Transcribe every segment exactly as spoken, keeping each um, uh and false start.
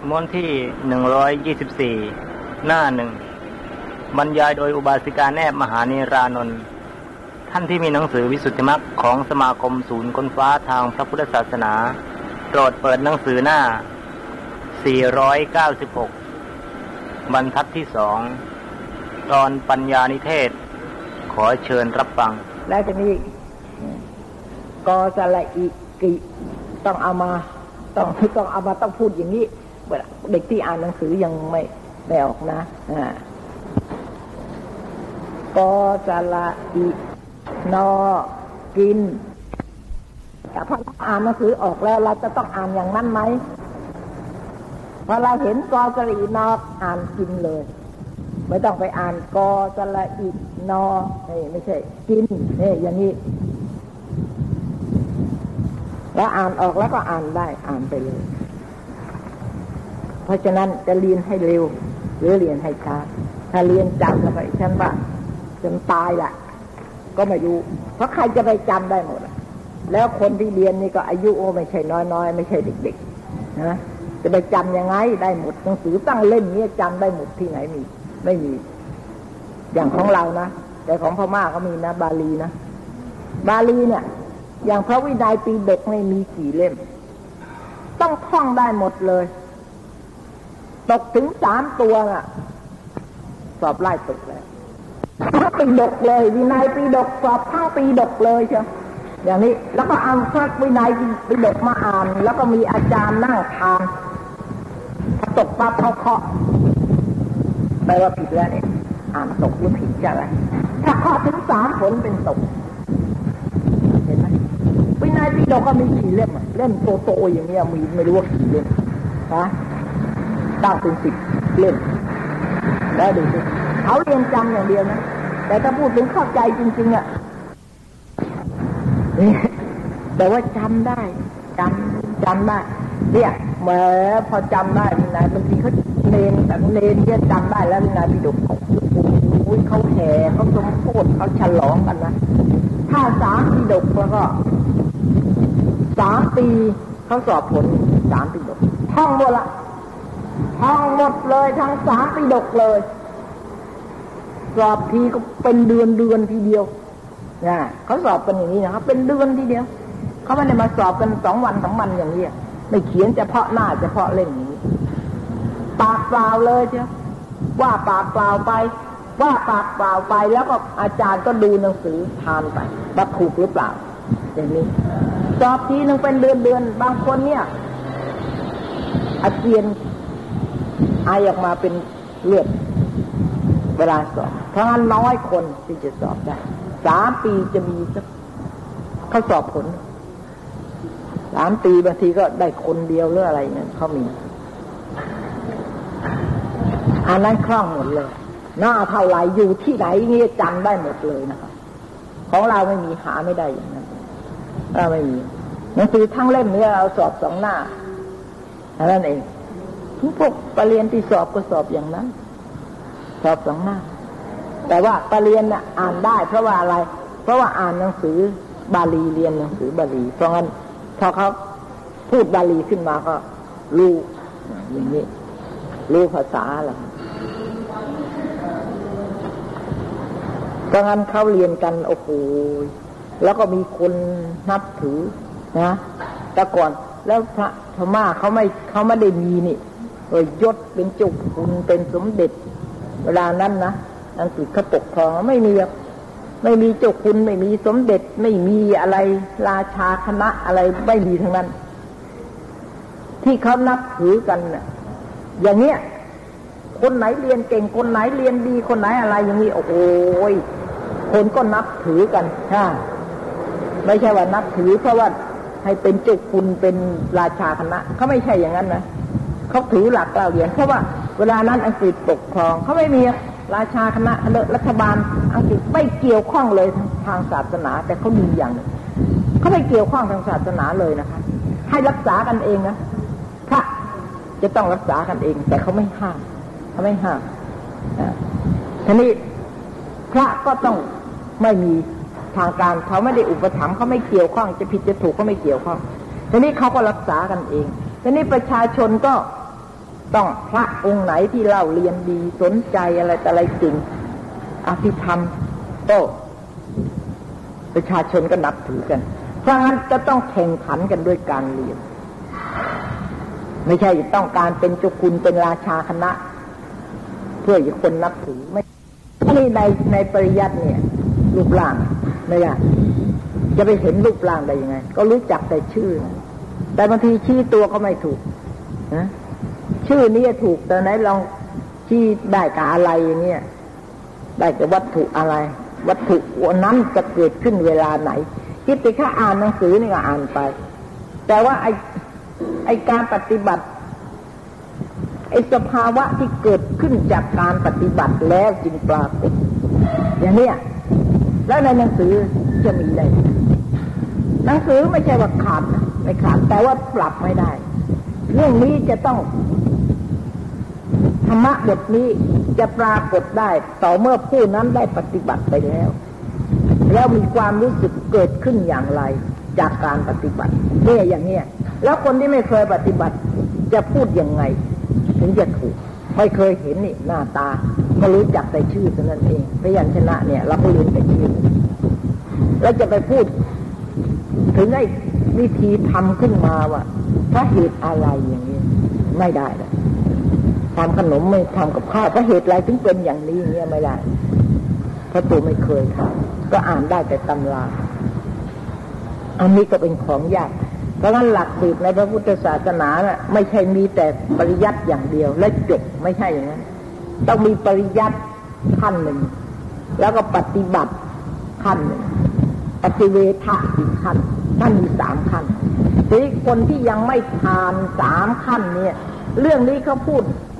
ม้วนที่หนึ่งร้อยยี่สิบสี่หน้าหนึ่งบรรยายโดยอุบาสิกาแนบมหาเนรานนท์ท่านที่มีหนังสือวิสุทธิมรรคของสมาคมศูนย์ค้นฟ้าทางพระพุทธศาสนาโปรดเปิดหนังสือหน้าสี่ร้อยเก้าสิบหกบรรทัดที่สองตอนปัญญานิเทศขอเชิญรับฟังแล้วทีนี้กอสละอิกิต้องเอามาต้องต้องเอามาต้องพูดอย่างนี้เด็กที่อ่านหนังสือยังไม่ได้ออกนะกอสละอินอกินแต่พออ่านหนังสือออกแล้วเราจะต้องอ่านอย่างนั้นไหมพอเราเห็นกอสละอินออ่านกินเลยไม่ต้องไปอ่านกอสละอินอนี่ไม่ใช่กินนี่อย่างนี้แล้วอ่านออกแล้วก็อ่านได้อ่านไปเลยเพราะฉะนั้นจะเรียนให้เร็วหรือเรียนให้ช้าถ้าเรียนจำแล้วไปฉันว่าจนตายแหละก็ไม่รู้เพราะใครจะไปจำได้หมดแล้วคนที่เรียนนี่ก็อายุโอ้ไม่ใช่น้อยๆไม่ใช่เด็กๆนะจะไปจำยังไงได้หมดหนังสือตั้งเล่มนี้จำได้หมดที่ไหนมีไม่มีอย่างของเรานะแต่ของพม่าก็มีนะบาลีนะบาลีเนี่ยอย่างพระวินัยปิฎกไม่มีกี่เล่มต้องท่องได้หมดเลยตกถึงสามตัวน่ะสอบไล่ตกแล้วทั้งปิฎกเลยวินัยปิฎกสอบทั้งปิฎกเลยเชียวอย่างนี้แล้วก็เอาพระวินัยปิฎกมาอ่านแล้วก็มีอาจารย์นั่งทานพอตกปั๊บเขาเคาะแปลว่าผิดแล้วเนี่ยอ่านตกหรือผิดจะอะไรถ้าเคาะถึงสามผลเป็นตกเห็นไหมวินัยปิฎกก็มีกี่เล่มอ่ะเล่มโตๆอย่างนี้มีไม่รู้ว่ากี่เล่มนะตั้งเป็นสิบเล่มแล้วดูสิเขาเรียนจำอย่างเดียวนะแต่ถ้าพูดถึงเข้าใจจริงๆอ่ะนี่แต่ว่าจำได้จำจำได้เนี่ยแหมพอจำได้วินัยบางทีเขาเนนแต่เนนเนี่ยจำได้แล้ววินัยปิฎกเขาโอ้ยเขาแห่เขาสมโภชเขาฉลองกันนะถ้าสามปิฎกแล้วก็สามปีเขาสอบผลสามปิฎกท่องหมดละท่องหมดเลยทั้งสามปิฎกเลยสอบทีก็เป็นเดือนเดือนทีเดียวนะเขาสอบกันอย่างนี้นะครับเป็นเดือนทีเดียวเขาไม่ได้มาสอบกันสองวันสองวันอย่างนี้ไม่เขียนเฉพาะหน้าเฉพาะเล่มนี้ปากเปล่าเลยเชียวว่าปากเปล่าไปว่าปากเปล่าไปแล้วก็อาจารย์ก็ดูหนังสือทานไปว่าถูกหรือเปล่าอย่างนี้สอบทีนึงเป็นเดือนเดือนบางคนเนี่ยอาเจียนไอออกมาเป็นเลือดเวลาสอบเพราะงั้นน้อยคนที่จะสอบได้สามปีจะมีสักเขาสอบผลสามปีบางทีก็ได้คนเดียวหรืออะไรเนี่ยเขามีอันนั้นคล่องหมดเลยหน้าเท่าไหร่อยู่ที่ไหนนี่จำได้หมดเลยนะครับของเราไม่มีหาไม่ได้อย่างนั้นเราไม่มีหนังสือทั้งเล่มนี้เราสอบสองหน้าอันนั้นเองทุกพวกปรริญญาที่สอบก็สอบอย่างนั้นสอบสองหน้าแต่ว่าปรริญญาอ่านได้เพราะว่าอะไรเพราะว่าอ่านหนังสือบาลีเรียนหนังสือบาลีเพราะงั้นพอเขาพูดบาลีขึ้นมาก็รู้อย่างนี้รู้ภาษาอะไรเพราะงั้นเขาเรียนกันโอ้โหแล้วก็มีคนนับถือนะแต่ก่อนแล้วพระพม่าเขาไม่เขาไม่ได้มีนี่ยศเป็นเจ้าคุณเป็นสมเด็จเวลานั้นนะอังกฤษเขาปกครองไม่มีไม่มีเจ้าคุณไม่มีสมเด็จไม่มีอะไรราชาคณะอะไรไม่มีทั้งนั้นที่เขานับถือกันน่ะอย่างเนี้ยคนไหนเรียนเก่งคนไหนเรียนดีคนไหนอะไรอย่างนี้โอ้โหคนก็นับถือกันใช่ไม่ใช่ว่านับถือเพราะว่าให้เป็นเจ้าคุณเป็นราชาคณะเขาไม่ใช่อย่างนั้นนะเขาถือหลักเราเรียนเพราะว่าเวลานั้นอังกฤษปกครองเขาไม่มีราชาคณะรัฐบาลอังกฤษไม่เกี่ยวข้องเลยทางศาสนาแต่เขาดีอย่างนึงเขาไม่เกี่ยวข้องทางศาสนาเลยนะคะให้รักษากันเองนะพระจะต้องรักษากันเองแต่เขาไม่ห้ามเขาไม่ห้ามทีนี้พระก็ต้องไม่มีทางการเขาไม่ได้อุปถัมภ์เขาไม่เกี่ยวข้องจะผิดจะถูกเขาไม่เกี่ยวข้องทีนี้เขาก็รักษากันเองทีนี้ประชาชนก็ต้องพระองค์ไหนที่เล่าเรียนดีสนใจอะไรแต่อะไรจริงอภิธรรมก็ประชาชนก็นับถือกันเพราะงั้นจะต้องแข่งขันกันด้วยการเรียนไม่ใช่ต้องการเป็นเจ้าคุณเป็นราชาคณะเพื่อให้คนนับถือไม่นี่ในในปริยัติเนี่ยรูปร่างไม่ได้จะไปเห็นรูปร่างได้ยังไงก็รู้จักแต่ชื่อแต่บางทีชี้ตัวก็ไม่ถูกนะชื่อนี้ถูกแต่ไหนลองชี้ได้กับอะไรอย่างเงี้ยได้กับวัตถุอะไรวัตถุวันนั้นจะเกิดขึ้นเวลาไหนคิดไปแค่อ่านหนังสือนี่ก็อ่านไปแต่ว่าไอ้ไอ้การปฏิบัติไอ้สภาวะที่เกิดขึ้นจากการปฏิบัติแล้วจึงปรากฏอย่างเนี้ยแล้วในหนังสือจะมีได้หนังสือไม่ใช่ว่าขาดไม่ขาดแต่ว่าปรับไม่ได้เรื่องนี้จะต้องธรรมะบทนี้จะปรากฏได้ต่อเมื่อผู้นั้นได้ปฏิบัติไปแล้วแล้วมีความรู้สึกเกิดขึ้นอย่างไรจากการปฏิบัติเนี่ยอย่างเนี้ยแล้วคนที่ไม่เคยปฏิบัติจะพูดยังไงถึงจะถูกไม่เคยเห็นนี่หน้าตาก็รู้จักแต่ชื่อเท่านั้นเองพยัญชนะเนี่ยเราก็เรียนแต่ชื่อแล้วจะไปพูดถึงไอ้วิธีทำขึ้นมาว่าเพราะเหตุอะไรอย่างนี้ไม่ได้เลยทำขนมไม่ทำกับข้าวเพราะเหตุอะไรถึงเป็นอย่างนี้อย่างเงี้ยไม่ได้เพราะตัวไม่เคยทำก็อ่านได้แต่ตำราอันนี้ก็เป็นของยากเพราะงั้นหลักสูตรในพระพุทธศาสนาน่ะไม่ใช่มีแต่ปริยัติอย่างเดียวและจบไม่ใช่อย่างนั้นต้องมีปริยัติขั้นหนึ่งแล้วก็ปฏิบัติขั้นหนึ่งปฏิเวทะอีกขั้นท่านมีสามขั้นทีนี้คนที่ยังไม่ผ่านสามขั้นเนี่ยเรื่องนี้เขาพูด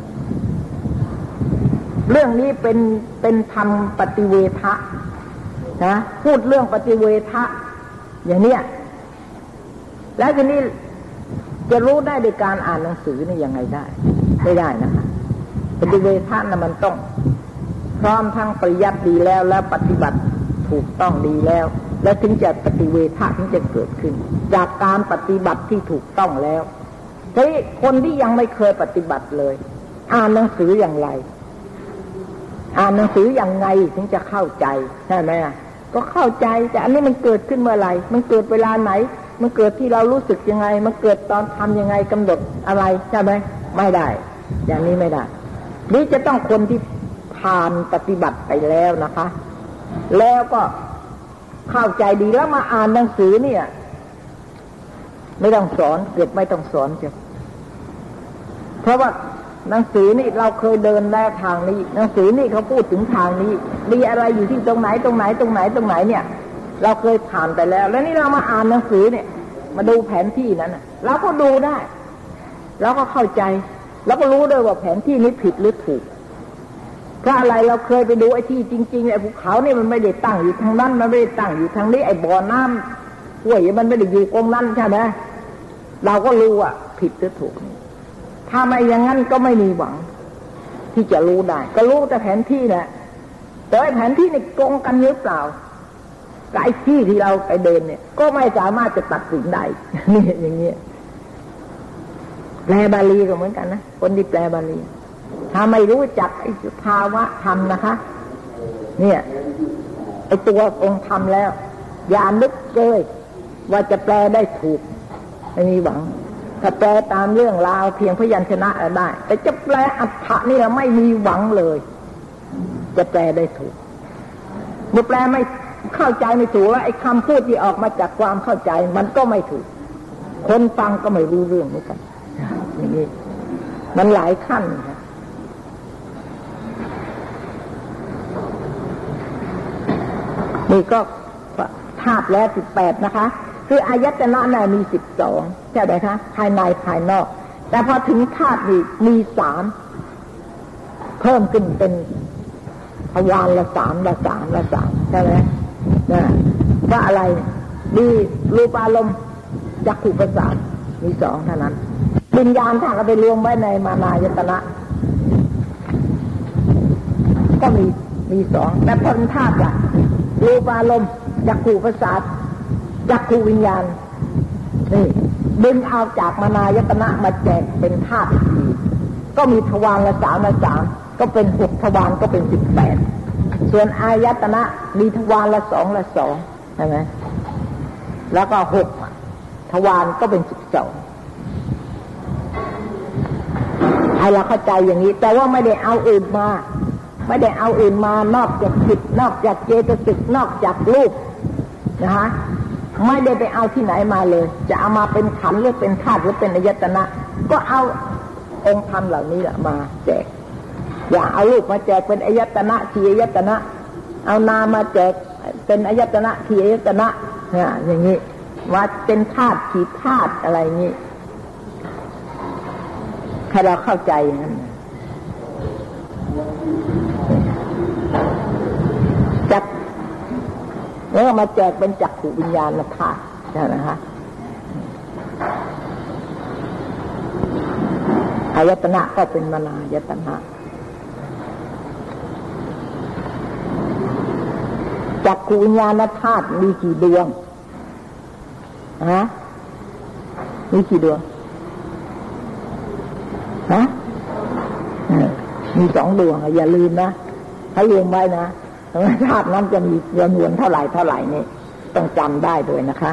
เรื่องนี้เป็นเป็นธรรมปฏิเวทะนะพูดเรื่องปฏิเวทะอย่างเนี้ยแล้วทีนี้จะรู้ได้โดยการอ่านหนังสือนี่ยังไงได้ไม่ได้นะคะปฏิเวทะน่ะมันต้องพร้อมทั้งปริยัติดีแล้วแล้วปฏิบัติถูกต้องดีแล้วแล้วถึงจะปฏิเวทะถึงจะเกิดขึ้นจากการปฏิบัติที่ถูกต้องแล้วทีนี้คนที่ยังไม่เคยปฏิบัติเลยอ่านหนังสืออย่างไรอ่านหนังสืออย่างไงถึงจะเข้าใจใช่ไหมก็เข้าใจแต่อันนี้มันเกิดขึ้นเมื่อไหร่มันเกิดเวลาไหนมันเกิดที่เรารู้สึกยังไงมันเกิดตอนทำยังไงกำหนดอะไรใช่ไหมไม่ได้อย่างนี้ไม่ได้นี่จะต้องคนที่ผ่านปฏิบัติไปแล้วนะคะแล้วก็เข้าใจดีแล้วมาอ่านหนังสือเนี่ยไม่ต้องสอนเกิดไม่ต้องสอนจ้ะเพราะว่าหนังสือนี่เราเคยเดินแล้วทางนี้หนังสือนี่เขาพูดถึงทางนี้มีอะไรอยู่ที่ตรงไหนตรงไหนตรงไหนตรงไหนเนี่ยเราเคยผ่านไปแล้วแล้วนี่เรามาอ่านหนังสือเนี่ยมาดูแผนที่นั้นเราก็ดูได้เราก็เข้าใจแล้วก็รู้ด้วยว่าแผนที่นี้ผิดหรือถูกเพราะอะไรเราเคยไปดูไอ้ที่จริงๆไอ้ภูเขานี่มันไม่ได้ตั้งอยู่ทางนั้นมันไม่ได้ตั้งอยู่ทางนี้ไอ้บ่อน้ำห้วยมันไม่ได้อยู่ตรงนั้นใช่ไหมเราก็รู้ว่าผิดหรือถูกถ้าไม่อย่างนั้นก็ไม่มีหวังที่จะรู้ได้ก็รู้แต่แผนที่แหละแต่ไอ้แผนที่นี่ตรงกันหรือเปล่ากับไอ้ที่ที่เราไปเดินเนี่ยก็ไม่สามารถจะตัดสินได้นี่อย่างเงี้ยแปลบาลีก็เหมือนกันนะคนที่แปลบาลีถ้าไม่รู้จักไอ้ภาวะธรรมนะคะเนี่ยไอ้ตัวองค์ธรรมแล้วอย่านึกเลยว่าจะแปลได้ถูกไม่มีหวังถ้าแปลตามเรื่องราวเพียงพยัญชนะได้แต่จะแปลอัฏฐะนี่เราไม่มีหวังเลยจะแปลได้ถูกเมื่อแปลไม่เข้าใจไม่ถูกแล้วไอ้คำพูดที่ออกมาจากความเข้าใจมันก็ไม่ถูกคนฟังก็ไม่รู้เรื่องเหมือนกันอย่างนี้มันหลายขั้นนะนี่ก็ธาตุแล้วสิบแปดนะคะคืออายตนะน่ะมีสิบสองใช่ไหมคะภายในภายนอกแต่พอถึงธาตุนี่มีสามเพิ่มขึ้นเป็นทวารละสามละสามละสามใช่ไหมนะว่าอะไรมีรูปารมณ์จักขุประสาทมีสองเท่านั้นวิญญาณถ้าเราไปรวมไว้ในมานายตนะก็มีมีสองแต่พอธาตุอะรูปารมณ์จักขุประสาทจักขุวิญญาณนี่ดึงเอาจากมานายตนะมาแจกเป็นธาตุสี่ก็มีทวารละสามละสามก็เป็นหกทวารก็เป็นสิบแปดส่วนอายตนะมีทวารละสองละสองใช่ไหมแล้วก็หกทวารก็เป็นสิบสองให้เราเข้าใจอย่างนี้แต่ว่าไม่ได้เอาอื่นมาไม่ได้เอาอื่นมานอกจากจิตนอกจากเจตสิกนอกจากรูปนะฮะไม่ได้ไปเอาที่ไหนมาเลยจะเอามาเป็นขันธ์หรือเป็นธาตุหรือเป็นอายตนะก็เอาองค์ธรรมเหล่านี้แหละมาแจกอย่าเอารูปมาแจกเป็นอายตนะทีอายตนะเอานามมาแจกเป็นอายตนะทีอายตนะเนี่ยอย่างนี้ว่าเป็นธาตุทีธาตุอะไรนี้ให้เราเข้าใจอย่างนั้นจักแล้วมาแจกเป็นจักขุวิญญาณธาตุใช่ไหมคะอายตนะก็เป็นมนายตนะจักขุวิญญาณธาตุมีกี่ดวงฮะมีกี่ดวงฮะมีสองดวงอย่าลืมนะถ้าลืมไว้นะธาตุนั้นจะมีจำนวนเท่าไหร่เท่าไหร่นี่ต้องจำได้ด้วยนะคะ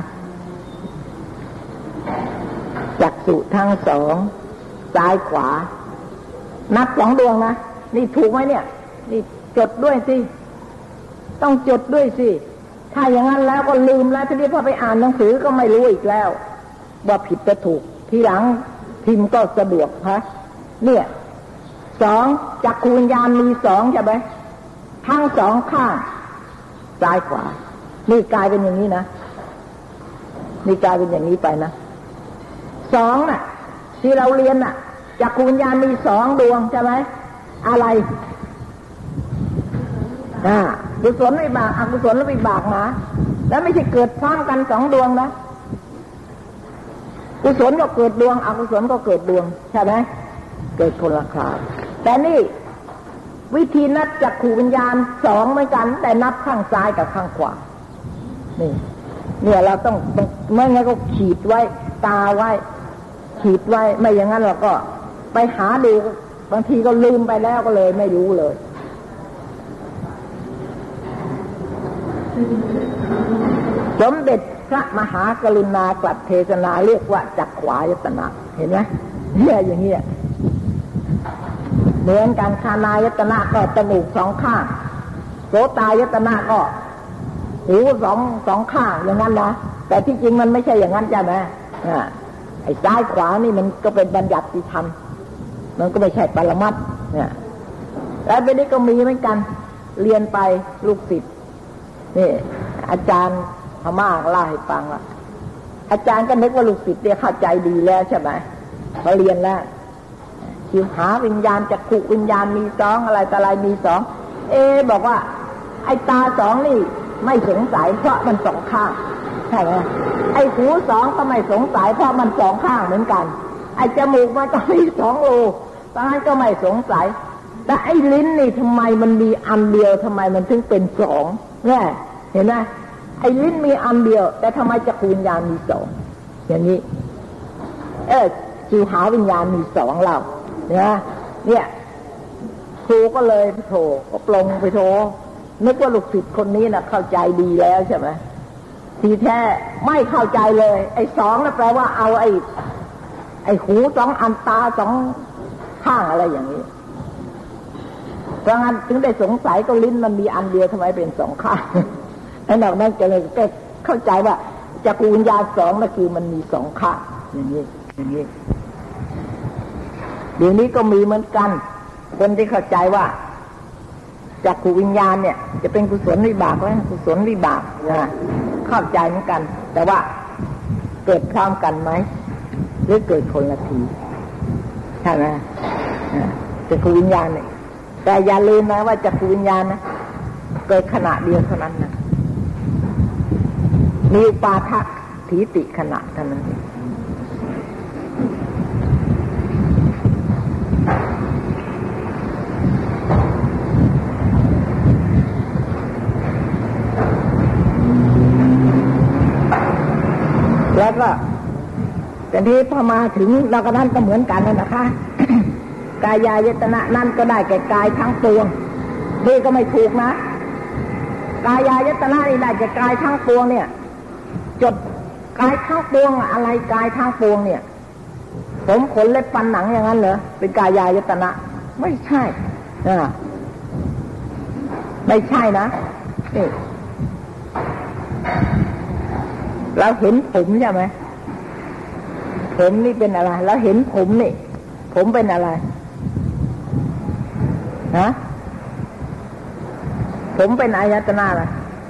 จักษุทั้งสองซ้ายขวานับสองดวงนะนี่ถูกไหมเนี่ยนี่จดด้วยสิต้องจดด้วยสิถ้าอย่างนั้นแล้วก็ลืมแล้วทีนี้พอไปอ่านหนังสือก็ไม่รู้อีกแล้วว่าผิดจะถูกทีหลังพิมพ์ก็สะดวกฮะเนี่ยสองจักขุวิญญาณมีสองใช่ไหมทั้งสองข้างซ้ายขวานี่กลายเป็นอย่างนี้นะนี่กลายเป็นอย่างนี้ไปนะสองน่ะที่เราเรียนน่ะจักขุวิญญาณมีสองดวงใช่ไหมอะไรอ่ากุศลวิบากอกุศลวิบากมาแล้วไม่ใช่เกิดพร้อมกันสองดวงนะกุศลก็เกิดดวงอกุศลก็เกิดดวงใช่ไหมเกิดคนละคราวแต่นี่วิธีนับจักขุวิญญาณสองเหมือนกันแต่นับข้างซ้ายกับข้างขวานี่เนี่ยเราต้องไม่งั้นก็ขีดไว้ตาไว้ขีดไว้ไม่อย่างนั้นเราก็ไปหาดูบางทีก็ลืมไปแล้วก็เลยไม่รู้เลยสมเด็จพระมหากรุณากลับเทศนาเรียกว่าจักขวายตนะเห็นไหมเนี่ยอย่างนี้เหมือนกันคานายตนะก็จมูกสองข้างโสตายตนะก็หูสองสองข้างอย่างนั้นนะแต่ที่จริงมันไม่ใช่อย่างนั้นใช่ไหมอ่าไอ้ซ้ายขวานี่มันก็เป็นบัญญัติธรรมมันก็ไม่ใช่ปรมัตถ์เนี่ยแล้วเดี๋ยวนี้ก็มีเหมือนกันเรียนไปลูกศิษย์นี่อาจารย์พม่าเล่าให้ฟังว่าอาจารย์ก็นึกว่าลูกศิษย์เนี่ยเข้าใจดีแล้วใช่ไหมพอเรียนแล้วคิวหาวิญญาณจักขุวิญญาณมีสองอะไรแต่อะไรมีสองเอบอกว่าไอ้ตาสองนี่ไม่สงสัยเพราะมันสองข้างใช่ไหมไอ้หูสองก็ไม่สงสัยเพราะมันสองข้างเหมือนกันไอ้จมูกมันก็มีสองรูตาก็ไม่สงสัยแต่ไอ้ลิ้นนี่ทำไมมันมีอันเดียวทำไมมันถึงเป็นสองเนี่ยเห็นไหมไอ้ลิ้นมีอันเดียวแต่ทำไมจักขุวิญญาณมีสองอย่างนี้เออจิวหาวิญญาณมีสองเราเนี่ยเนี่ยครูก็เลยไปโทรก็ปลงไปโทรนึกว่าลูกศิษย์คนนี้นะเข้าใจดีแล้วใช่ไหมทีแท้ไม่เข้าใจเลยไอ้สองนั่นแปลว่าเอาไอ้ไอ้หูสองอันตาสองข้างอะไรอย่างนี้เพราะงั้นถึงได้สงสัยก็ลิ้นมันมีอันเดียวทำไมเป็นสองข้างไอ้นอกนั้นจะเลยก็เข้าใจว่าจักขุวิญญาณสองนั่นคือมันมีสองข้างอย่างนี้อย่างนี้เดี๋ยวนี้ก็มีเหมือนกันคนที่เข้าใจว่าจักขุวิญญาณเนี่ยจะเป็นกุศลวิบากและกุศลวิบากนะเข้าใจเหมือนกันแต่ว่าเกิดพร้อมกันไหมหรือเกิดคนละทีใช่ไหมจักขุวิญญาณเนี่ยแต่อย่าลืมนะว่าจักขุวิญญาณนะเกิดขณะเดียวเท่านั้นนะมีอุปาทถีติขณะเท่านั้นเองแล้วก็แต่ที่พอมาถึงเราก็นั่นก็เหมือนกันแล้วนะคะกายายตนะนั่นก็ได้แก่กายทั้งปวงนี่ก็ไม่ถูกนะกายายตนะนี่ได้แก่กายทั้งปวงเนี่ยจดกายทั้งปวงอะไรกายทั้งปวงเนี่ยผมขนเล็บฟันหนังอย่างนั้นเหรอเป็นกายายตนะไม่ใช่นะไม่ใช่นะนี่เราเห็นผมใช่ไหมผมนี่เป็นอะไรเราเห็นผมนี่ผมเป็นอะไรฮะผมเป็นอายตนะอะไร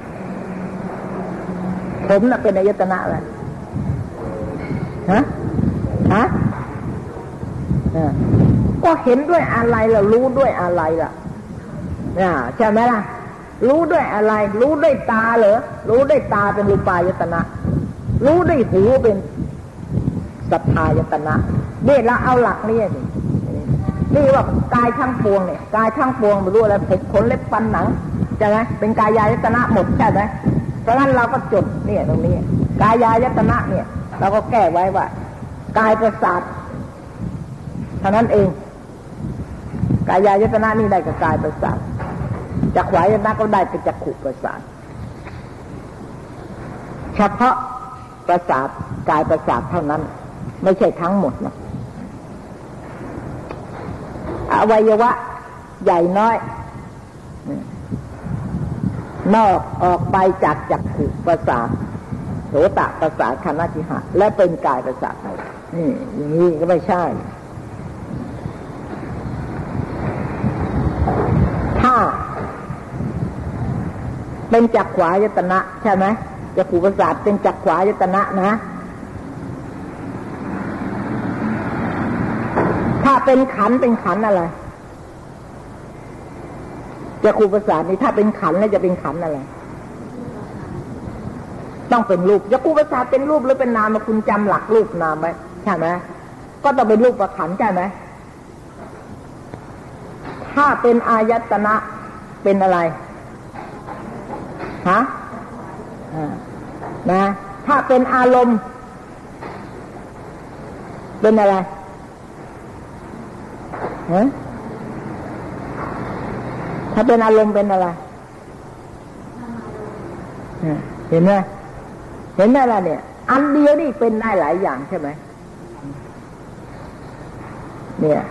ผมน่ะเป็นอายตนะอะไรฮะฮะก็เห็นด้วยอะไรล่ะรู้ด้วยอะไรล่ะใช่ไหมล่ะรู้ด้วยอะไรรู้ด้วยตาเหรอรู้ด้วยตาเป็นรูปายตนะรู้ด้วยหูเป็นสัทธายตนะนี่เราเอาหลักนี่นี่นี่ว่ากายทั้งปวงเนี่ยกายทั้งปวงไม่รู้อะไรผมขนเล็บฟันหนังใช่ไหมเป็นกายายตนะหมดใช่ไหมเพราะงั้นเราก็จดเนี่ยตรงนี้กายายตนะเนี่ยเราก็แก้ไว้ว่ากายประสาทเท่านั้นเองกายายตนะนี่ได้กับกายประสาทจักขวายตนะก็ได้กับจักขุประสาทเฉพาะประสาทกายประสาทเท่านั้นไม่ใช่ทั้งหมดนะอวัยวะใหญ่น้อยนอกออกไปจากจักขุประสาทโสตประสาทคานาจิหะและเป็นกายประสาทนี่อย่างนี้ก็ไม่ใช่ถ้าเป็นจักขวายตนะใช่ไหมจักขุประสาทเป็นจักขวายตนะนะถ้าเป็นขันเป็นขันอะไรจักขุประสาทนี่ถ้าเป็นขันแล้วจะเป็นขันอะไรต้องเป็นรูปจักขุประสาทเป็นรูปหรือเป็นนามคุณจำหลักรูปนามไว้ใช่ไหมก็ต้องเป็นรูปประขันใช่ไหมถ้าเป็นอายตนะเป็นอะไรฮะนะถ้าเป็นอารมณ์เป็นอะไรฮะถ้าเป็นอารมณ์เป็นอะไรเห็นไหมเห็นไหมล่ะเนี่ยอันเดียวนี่เป็นได้หลายอย่างใช่ไหมเนี่ย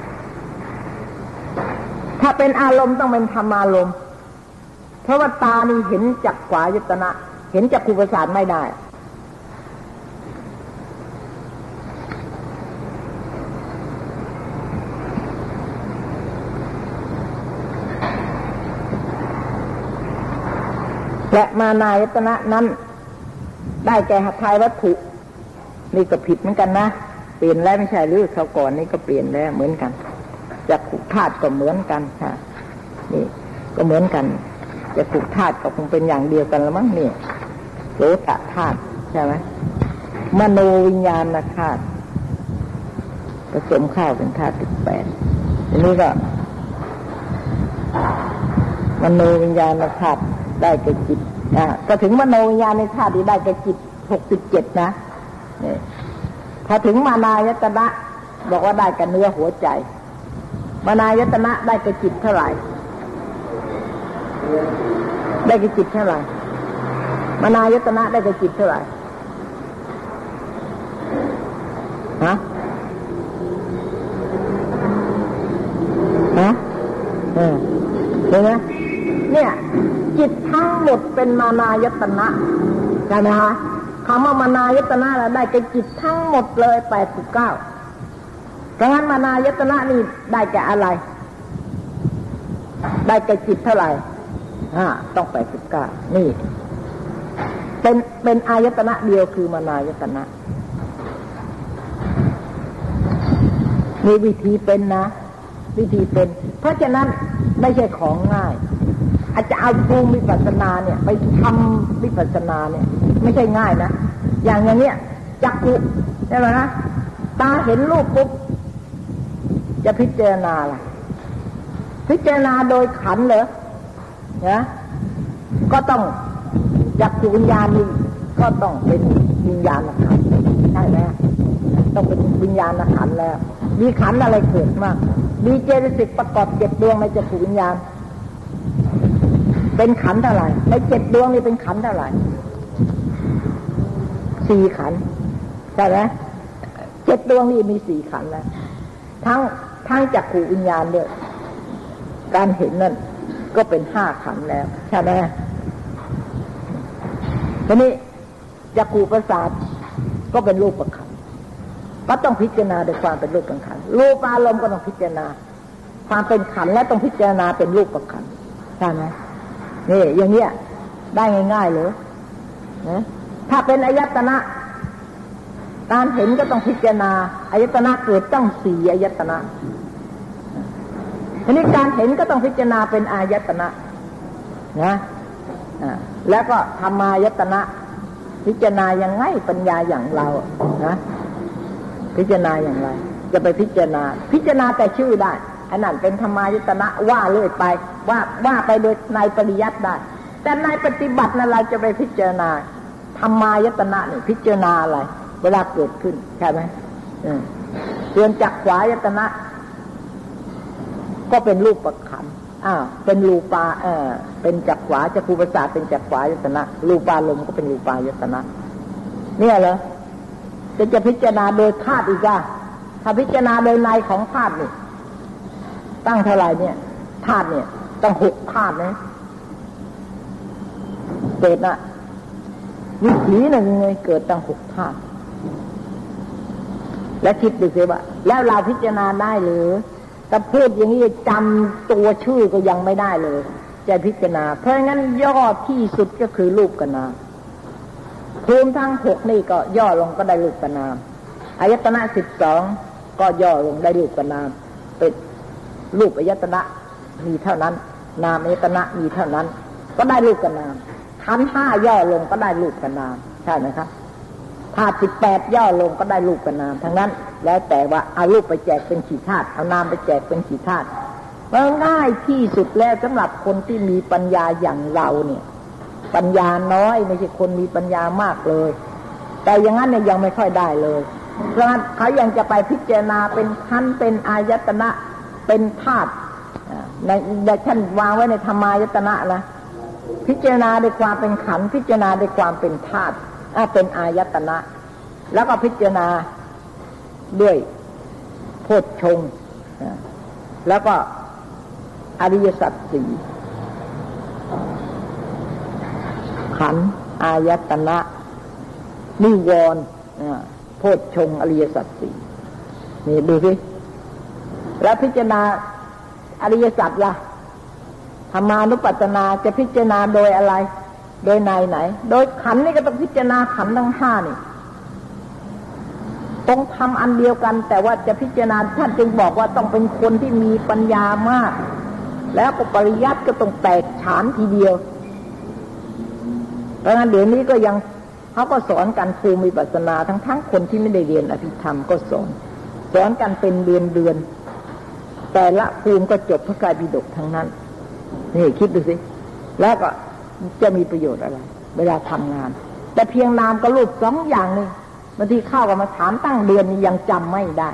ถ้าเป็นอารมณ์ต้องเป็นธรรมอารมณ์เพราะว่าตานี่เห็นจักขวายตนะเห็นจักขุประสาทไม่ได้และมานายตนะนั้นได้แก่หทัยวัตถุนี่ก็ผิดเหมือนกันนะเปลี่ยนแล้วไม่ใช่หรือเขาก่อนนี่ก็เปลี่ยนแล้วเหมือนกันจักขุธาตุก็เหมือนกันค่ะนี่ก็เหมือนกันจักขุธาตุก็คงเป็นอย่างเดียวกันละมั้งนี่โสตธาตุใช่ไหมมโนวิญญาณธาตุผสมข้าวเป็นธาตุสิบแปดอันนี้ก็มโนวิญญาณธาตุได้แก่จิตอ่าก็ถึงมโนวิญญาณในธาตุที่ได้แก่จิตหกสิบเจ็ดนะนี่พอถึงมานายตนะบอกว่าได้แก่เนื้อหัวใจมานายตนะได้แก่จิตเท่าไหร่ได้แก่จิตเท่าไหร่มานายตนะได้แก่จิตเท่าไหร่ฮะฮะเออเห็นไหมเนี่ยจิตทั้งหมดเป็นมานายตนะใช่ไหมคะคำว่ามานายตนะเราได้แก่จิตทั้งหมดเลยแปดสิบเก้าดังนั้นมานายตนะนี่ได้แก่อะไรได้แก่จิตเท่าไหร่อ่าต้องแปดสิบเก้านี่เป็นเป็นอายตนะเดียวคือมานายตนะมีวิธีเป็นนะวิธีเป็นเพราะฉะนั้นไม่ใช่ของง่ายอาจจะเอาภูมิวิปัสสนาเนี่ยไปทำวิปัสสนาเนี่ยไม่ใช่ง่ายนะอย่างอย่างเนี้ยจักขุใช่ไหมนะตาเห็นรูปปุ๊บจะพิจารณาล่ะพิจารณาโดยขันเหรอนะก็ต้องจักขุวิญญาณนี่ก็ต้องเป็นวิญญาณขันธ์ใช่ไหมต้องเป็นวิญญาณขันธ์แล้วมีขันธ์อะไรเกิดมากมีเจตสิกประกอบเจ็ดดวงในจักขุวิญญาณเป็นขันธ์เท่าไหร่ในเจ็ดดวงนี่เป็นขันธ์เท่าไหร่สี่ขันธ์ใช่ไหมเจ็ดดวงนี่มีสี่ขันธ์แล้วทั้งทั้งจักขุวิญญาณด้วยการเห็นนั่นก็เป็นห้าขันธ์แล้วใช่ไหมทีนี้จักขุประสาทก็เป็นรูปประขันธ์ก็ต้องพิจารณาโดยความเป็นรูปประขันธ์รูปอารมณ์ก็ต้องพิจารณาความเป็นขันธ์และต้องพิจารณาเป็นรูปประขันธ์ใช่ไหมนี่อย่างเนี้ยได้ง่ายๆเลยนะถ้าเป็นอายตนะการเห็นก็ต้องพิจารณาอายตนะเกิดต้องสี่อายตนะทีนี้การเห็นก็ต้องพิจารณาเป็นอายตนะนะแล้วก็ธรรมายตนะพิจารณาอย่างไงปัญญาอย่างเรานะพิจารณาอย่างไรจะไปพิจารณาพิจารณาแต่ชื่อได้อันนั้นเป็นธรรมายตนะว่าเลื่อยไปว่าว่าไปโดยในปริยัติได้แต่ในปฏิบัตินั้นเราจะไปพิจารณาธรรมายตนะนี่พิจารณาอะไรเวลาเกิดขึ้นใช่ไหมเตือนจักขวายตนะก็เป็นรูปประขันธ์อ่าเป็นรูปาเออเป็นจักขวาจักขุประสาทเป็นจักขวายตนะรูปารมณ์ก็เป็นรูปายตนะเนี่ยเหรอจะจะพิจารณาโดยธาตุอีกอ่ะถ้าพิจารณาโดยในของธาตุนี่ตั้งเท่าไหร่เนี่ยธาตุเนี่ยตั้งหกธาตุนะเกิดนะวิถีหนึ่งเลยเกิดตั้งหกธาตุและคิดดูสิว่าแล้วเราพิจารณาได้หรือแต่พูดอย่างนี้จำตัวชื่อก็ยังไม่ได้เลยจะพิจารณาเพราะงั้นย่อที่สุดก็คือรูปกับนามภูมิทั้งหกนี่ก็ย่อลงก็ได้รูปกับนามอายตนะสิบสองก็ย่อลงได้รูปกับนามเป็นรูปอายตนะมีเท่านั้นนามอายตนะมีเท่านั้นก็ได้รูปกับนามขันธ์ห้าย่อลงก็ได้รูปกับนามใช่ไหมครับธาตุสิบแปดย่อลงก็ได้รูปกับนามทั้งนั้นแล้วแต่ว่าเอารูปไปแจกเป็นกี่ธาตุเอานามไปแจกเป็นกี่ธาตุมันง่ายที่สุดแล้วสำหรับคนที่มีปัญญาอย่างเราเนี่ยปัญญาน้อยไม่ใช่คนมีปัญญามากเลยแต่อย่างนั้นเนี่ยยังไม่ค่อยได้เลยเพราะฉะนั้นเขายังจะไปพิจารณาเป็นขันธ์เป็นอายตนะเป็นธาตุในในชั้นวางไว้ในธรรมายตนะนะพิจารณาด้วยความเป็นขันธ์พิจารณาด้วยความเป็นธาตุเป็นอายตนะแล้วก็พิจารณาด้วยโพชฌงค์แล้วก็อริยสัจสี่ขันธ์อายตนะนิวรณ์โพชฌงค์อริยสัจสี่นี่ดูสิแล้วพิจารณาอริยสัจล่ะธรรมานุปัสสนาจะพิจารณาโดยอะไรโดยในไหนโดยขันธ์นี่ก็ต้องพิจารณาขันธ์ทั้งห้านี่ต้องทำอันเดียวกันแต่ว่าจะพิจารณาท่านจึงบอกว่าต้องเป็นคนที่มีปัญญามากแล้วก็ปริยัติก็ต้องแตกฉานทีเดียวเพราะงั้นเดี๋ยวนี้ก็ยังเขาก็สอนกันภูมิวิปัสสนาทั้งทั้งคนที่ไม่ได้เรียนอภิธรรมก็สอนสอนกันเป็นเดือนเดือนแต่ละภูมิก็จบพระไตรปิฎกทั้งนั้นนี่คิดดูสิแล้วก็จะมีประโยชน์อะไรเวลาทำงานแต่เพียงนามกับรูปสองอย่างนี่บางทีเข้ากับมาถามตั้งเดือนนี้ยังจำไม่ได้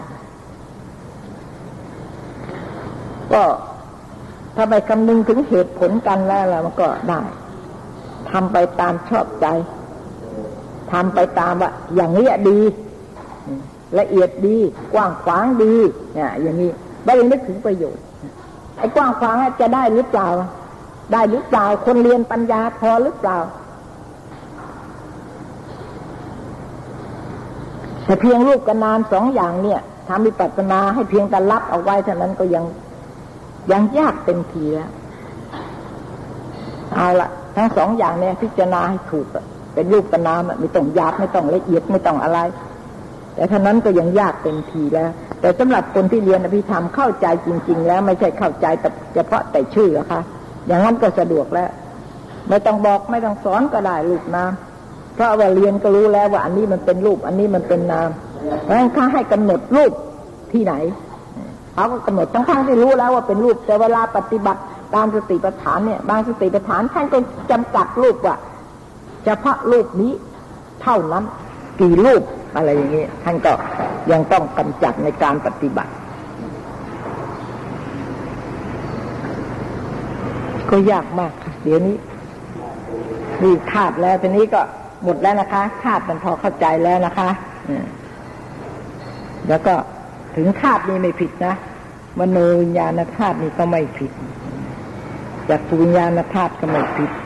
ก็ถ้าไปคำนึงถึงเหตุผลกันแล้วแล้วมันก็ได้ทำไปตามชอบใจทำไปตามว่าอย่างนี้ดีละเอียดดีกว้างขวางดีเนี่ยอย่างนี้ไม่ได้นึกถึงประโยชน์ไอ้กว้างขวางจะได้หรือเปล่าได้หรือเปล่าคนเรียนปัญญาพอหรือเปล่าแต่เพียงรูปกับนามสองอย่างเนี่ยทำวิปัสสนาให้เพียงแต่รับเอาไว้เท่านั้นก็ยังยังยากเต็มทีแล้วเอาละทั้งสองอย่างเนี่ยพิจารณาให้ถูกเป็นรูปกับนามไม่ต้องหยาบไม่ต้องละเอียดไม่ต้องอะไรแต่เท่านั้นก็ยังยากเต็มทีแล้วแต่สำหรับคนที่เรียนอภิธรรมเข้าใจจริงๆแล้วไม่ใช่เข้าใจแต่เฉพาะแต่ชื่อนะคะอย่างนั้นก็สะดวกแล้วไม่ต้องบอกไม่ต้องสอนก็ได้รูปนามเพราะว่าเรียนก็รู้แล้วว่าอันนี้มันเป็นรูปอันนี้มันเป็นนามเพราะฉะนั้นถ้าให้กำหนดรูปที่ไหนเขาก็กำหนดทั้งๆที่รู้แล้วว่าเป็นรูปแต่เวลาปฏิบัติตามสติปัฏฐานเนี่ยบางสติปัฏฐานท่านก็จำกัดรูปว่าเฉพาะรูปนี้เท่านั้นกี่รูปอะไรอย่างนี้ท่านก็ยังต้องกำจัดในการปฏิบัติก็ยากมากค่ะเดี๋ยวนี้นี่ธาตุแล้วทีนี้ก็หมดแล้วนะคะธาตุมันพอเข้าใจแล้วนะคะแล้วก็ถึงธาตุนี้ไม่ผิดนะมโนวิญญาณธาตุนี้ก็ไม่ผิดจักขุวิญญาณธาตุก็ไม่ผิด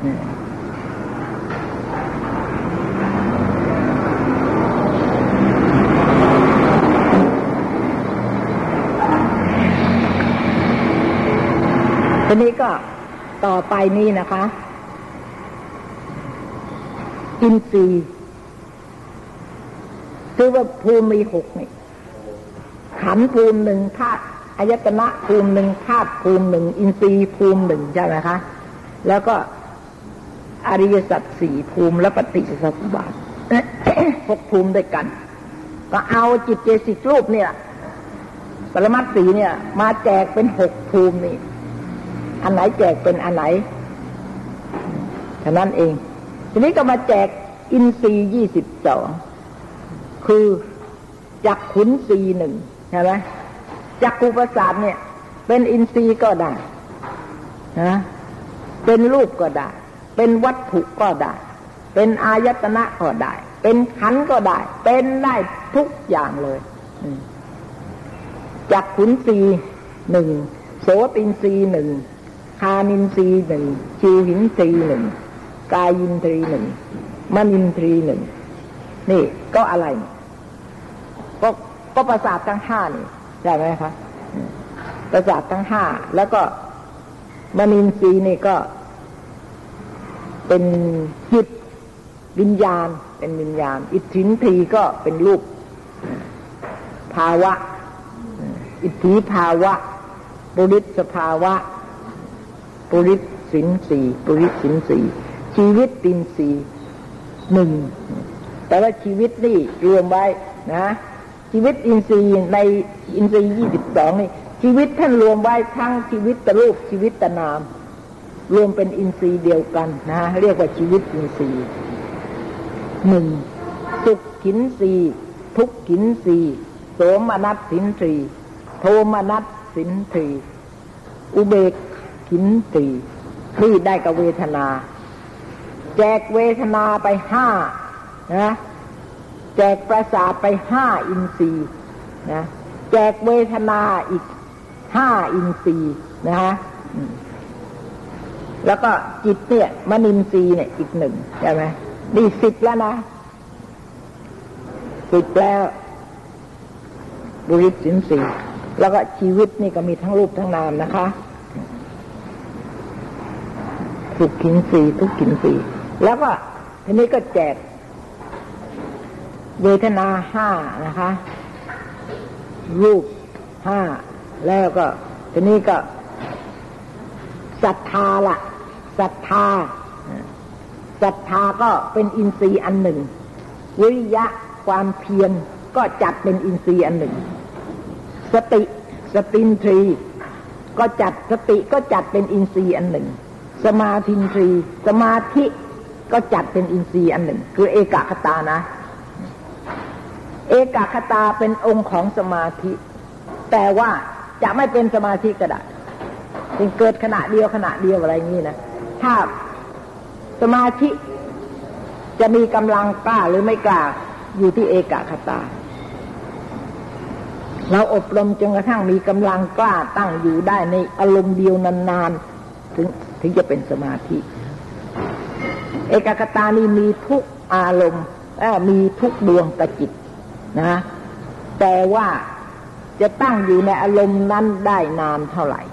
ทีนี้ก็ต่อไปนี้นะคะอินทรีย์คือว่าภูมิมีหกนี่ขันธ์ภูมิหนึ่งธาตุอายตนะภูมิหนึ่งธาตุภูมิหนึ่งอินทรีย์ภูมิหนึ่งใช่ไหมคะแล้วก็อริยสัจสี่ภูมิและปฏิจจสมุปบาท หกภูมิด้วยกันก็เอาจิตเจสิกรูปเนี่ยปรมัตถ์สี่เนี่ยมาแจกเป็นหกภูมินี่อันไหนแจกเป็นอันไหนเท่านั้นเองทีนี้ก็มาแจกอินทรีย์ยี่สิบสองคือจักขุนทรีย์หนึ่งใช่ไหมจักขุประสาทเนี่ยเป็นอินทรีย์ก็ได้นะเป็นรูปก็ได้เป็นวัตถุก็ได้เป็นอายตนะก็ได้เป็นขันธ์ก็ได้เป็นได้ทุกอย่างเลยจักขุนทรีย์หนึ่งโสตินทรีย์หนึ่งคานินทรีย์หนึ่งชิวหินทรีย์หนึ่งกายินทรีย์หนึ่งมนินทรีย์หนึ่งนี่ก็อะไรก็ก็ประสาททั้งห้านี่ใช่ไหมคะประสาททั้งห้าแล้วก็มนินทรีย์นี่ก็เป็นจิตวิญญาณเป็นวิญญาณอิทธินทรีย์ก็เป็นรูปภาวะอิทธิภาวะปุริสสภาวะปุริสสินสี่ปุริสสินสี่ชีวิตตินสี่หนึ่งแต่ว่าชีวิตนี่รวมไว้นะชีวิตอินทรีย์ในอินทรีย์ยี่สิบสองนี่ชีวิตท่านรวมไว้ทั้งชีวิตตรูปชีวิตตนามรวมเป็นอินทรีย์เดียวกันนะเรียกว่าชีวิตอินทรีย์หนึ่งสุขขินทรีย์ทุกขินทรีย์โสมนัสสินทรีย์โทมนัสสินทรีย์อุเบกขินทรีย์ที่ได้กับเวทนาแจกเวทนาไปห้านะแจกประสาทไปห้าอินทรีย์นะแจกเวทนาอีกห้าอินทรีย์นะฮะแล้วก็จิตเนี่ยมนินทรีย์เนี่ยอีกหนึ่งใช่ไหมนี่สิบแล้วนะสิบแล้วบุริษสินทรีย์แล้วก็ชีวิตนี่ก็มีทั้งรูปทั้งนามนะคะสุขขินทรีย์ทุกขินทรีย์แล้วก็ทีนี้ก็แจกเวทนาห้านะคะรูปห้าแล้วก็ทีนี้ก็ศรัทธาละศรัทธาศรัทธาก็เป็นอินทรีย์อันหนึ่งวิริยะความเพียรก็จัดเป็นอินทรีย์อันหนึ่งสติสตินทรีย์ก็จัดสติก็จัดเป็นอินทรีย์อันหนึ่งสมาธินทรีย์สมาธิก็จัดเป็นอินทรีย์อันหนึ่งคือเอกคตานะเอกคตาเป็นองค์ของสมาธิแต่ว่าจะไม่เป็นสมาธิก็ได้จึงเกิดขณะเดียวขณะเดียวอะไรงี้นะถ้าสมาธิจะมีกำลังกล้าหรือไม่กล้าอยู่ที่เอกคตาเราอบรมจนกระทั่งมีกำลังกล้าตั้งอยู่ได้ในอารมณ์เดียวนานๆถึงถึงจะเป็นสมาธิเอกคตานี่มีทุกอารมณ์มีทุกดวงกจิตนะแต่ว่าจะตั้งอยู่ในอารมณ์นั้นได้นานเท่าไหร่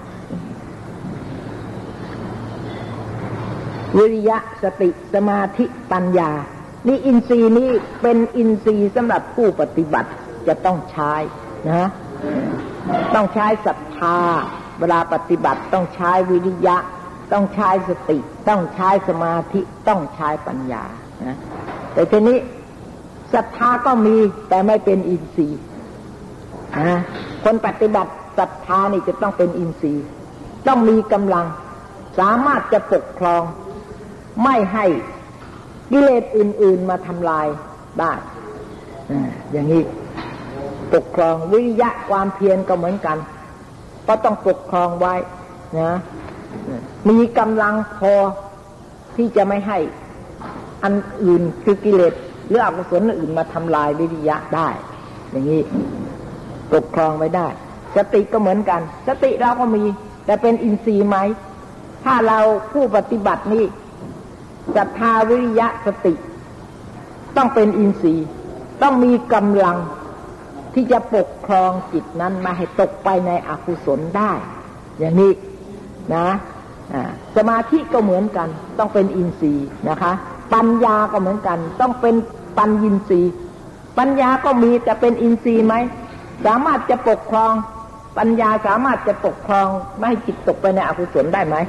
วิริยะสติสมาธิปัญญานี่อินทรีย์นี้เป็นอินทรีย์สำหรับผู้ปฏิบัติจะต้องใช้นะต้องใช้ศรัทธาเวลาปฏิบัติต้องใช้วิริยะต้องใช้สติต้องใช้สมาธิต้องใช้ปัญญานะแต่ทีนี้ศรัทธาก็มีแต่ไม่เป็นอินทรีย์นะคนปฏิบัติศรัทธานี่จะต้องเป็นอินทรีย์ต้องมีกำลังสามารถจะปกครองไม่ให้กิเลสอื่นๆมาทำลายได้นะอย่างนี้ปกครองวิริยะความเพียรก็เหมือนกันก็ต้องปกครองไว้นะมีกำลังพอที่จะไม่ให้อันอื่นคือกิเลสหรืออกุศลอื่นมาทำลายวิริยะได้อย่างนี้ปกครองไว้ได้สติก็เหมือนกันสติเราก็มีแต่เป็นอินทรีย์ไหมถ้าเราผู้ปฏิบัตินี่ศรัทธาวิริยะสติต้องเป็นอินทรีย์ต้องมีกำลังที่จะปกครองจิตนั้นมาให้ตกไปในอกุศลได้อย่างนี้นะสมาธิก็เหมือนกันต้องเป็นอินทรีย์นะคะปัญญาก็เหมือนกันต้องเป็นปัญญินทรีย์ปัญญาก็มีแต่เป็นอินทรีย์ไหมสามารถจะปกครองปัญญาสามารถจะปกครองไม่ให้จิตตกไปในอกุศลได้ไหม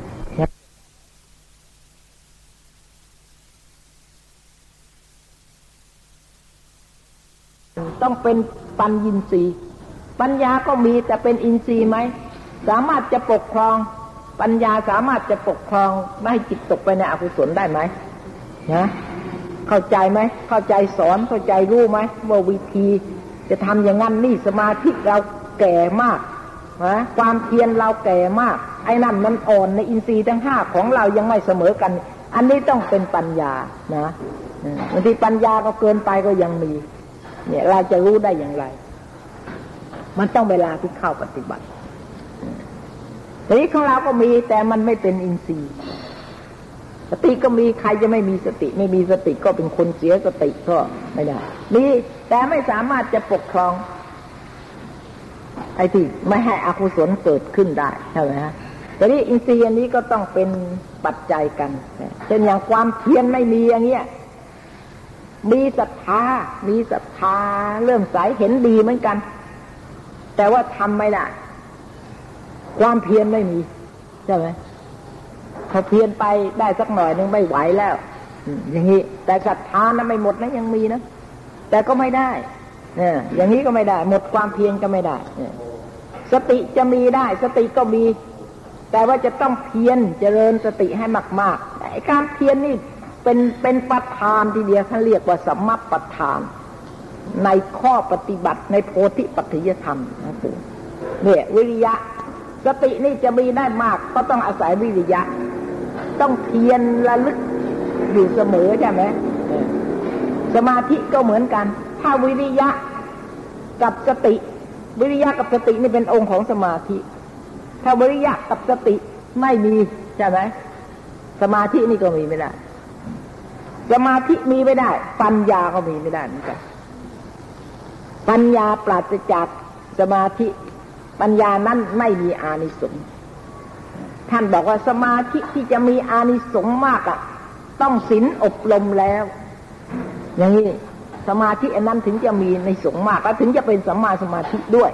ต้องเป็นปัญญินทรีย์ปัญญาก็มีแต่เป็นอินทรีย์ไหมสามารถจะปกครองปัญญาสามารถจะปกครองไม่ให้จิตตกไปในอกุศลได้ไหมนะเข้าใจไหมเข้าใจสอนเข้าใจรู้ไหมว่าวิธีจะทำอย่างนั้นนี่สมาธิเราแก่มากนะความเพียรเราแก่มากไอ้นั่นมันอ่อนในอินทรีย์ทั้งห้าของเรายังไม่เสมอกันอันนี้ต้องเป็นปัญญานะบางทีปัญญาก็เกินไปก็ยังมีเนี่ยเราจะรู้ได้อย่างไรมันต้องเวลาที่เข้าปฏิบัติทีนี้ของเราก็มีแต่มันไม่เป็นอินทรีย์สติก็มีใครจะไม่มีสติไม่มีสติก็เป็นคนเสียสติก็ไม่ได้มีแต่ไม่สามารถจะปกครองไอ้ที่ไม่ให้อกุศลเกิดขึ้นได้ใช่ไหมฮะแต่นี้อินทรีย์อันนี้ก็ต้องเป็นปัจจัยกันเช่นอย่างความเพียรไม่มีอย่างเงี้ยมีศรัทธามีศรัทธาเริ่มใสเห็นดีเหมือนกันแต่ว่าทำไม่ได้ความเพียรไม่มีใช่ไหมพอเพียรไปได้สักหน่อยนึงไม่ไหวแล้วอย่างนี้แต่ศรัทธานั้นไม่หมดนะยังมีนะแต่ก็ไม่ได้เนี่ยอย่างนี้ก็ไม่ได้หมดความเพียรก็ไม่ได้สติจะมีได้สติก็มีแต่ว่าจะต้องเพียรเจริญสติให้มากๆไอ้การเพียรนี่เป็นเป็นประธานทีเดียวเขาเรียกว่าสัมมัปปทานในข้อปฏิบัติในโพธิปัจจยธรรมนะปู่เนี่ยวิริยะสตินี่จะมีได้มากก็ต้องอาศัยวิริยะต้องเพียรระลึกอยู่เสมอใช่ไหมสมาธิก็เหมือนกันถ้าวิริยะกับสติวิริยะกับสตินี่เป็นองค์ของสมาธิถ้าวิริยะกับสติไม่มีใช่ไหมสมาธินี่ก็มีไม่ได้สมาธิมีไม่ได้ปัญญาก็มีไม่ได้เหมือนกันปัญญาปราศจากสมาธิปัญญานั้นไม่มีอานิสงส์ท่านบอกว่าสมาธิที่จะมีอานิสงส์มากอ่ะต้องศีลอบรมแล้วอย่างนี้สมาธิอันนั้นถึงจะมีในสงฆ์มากแล้วถึงจะเป็นสัมมาสมาธิด้วย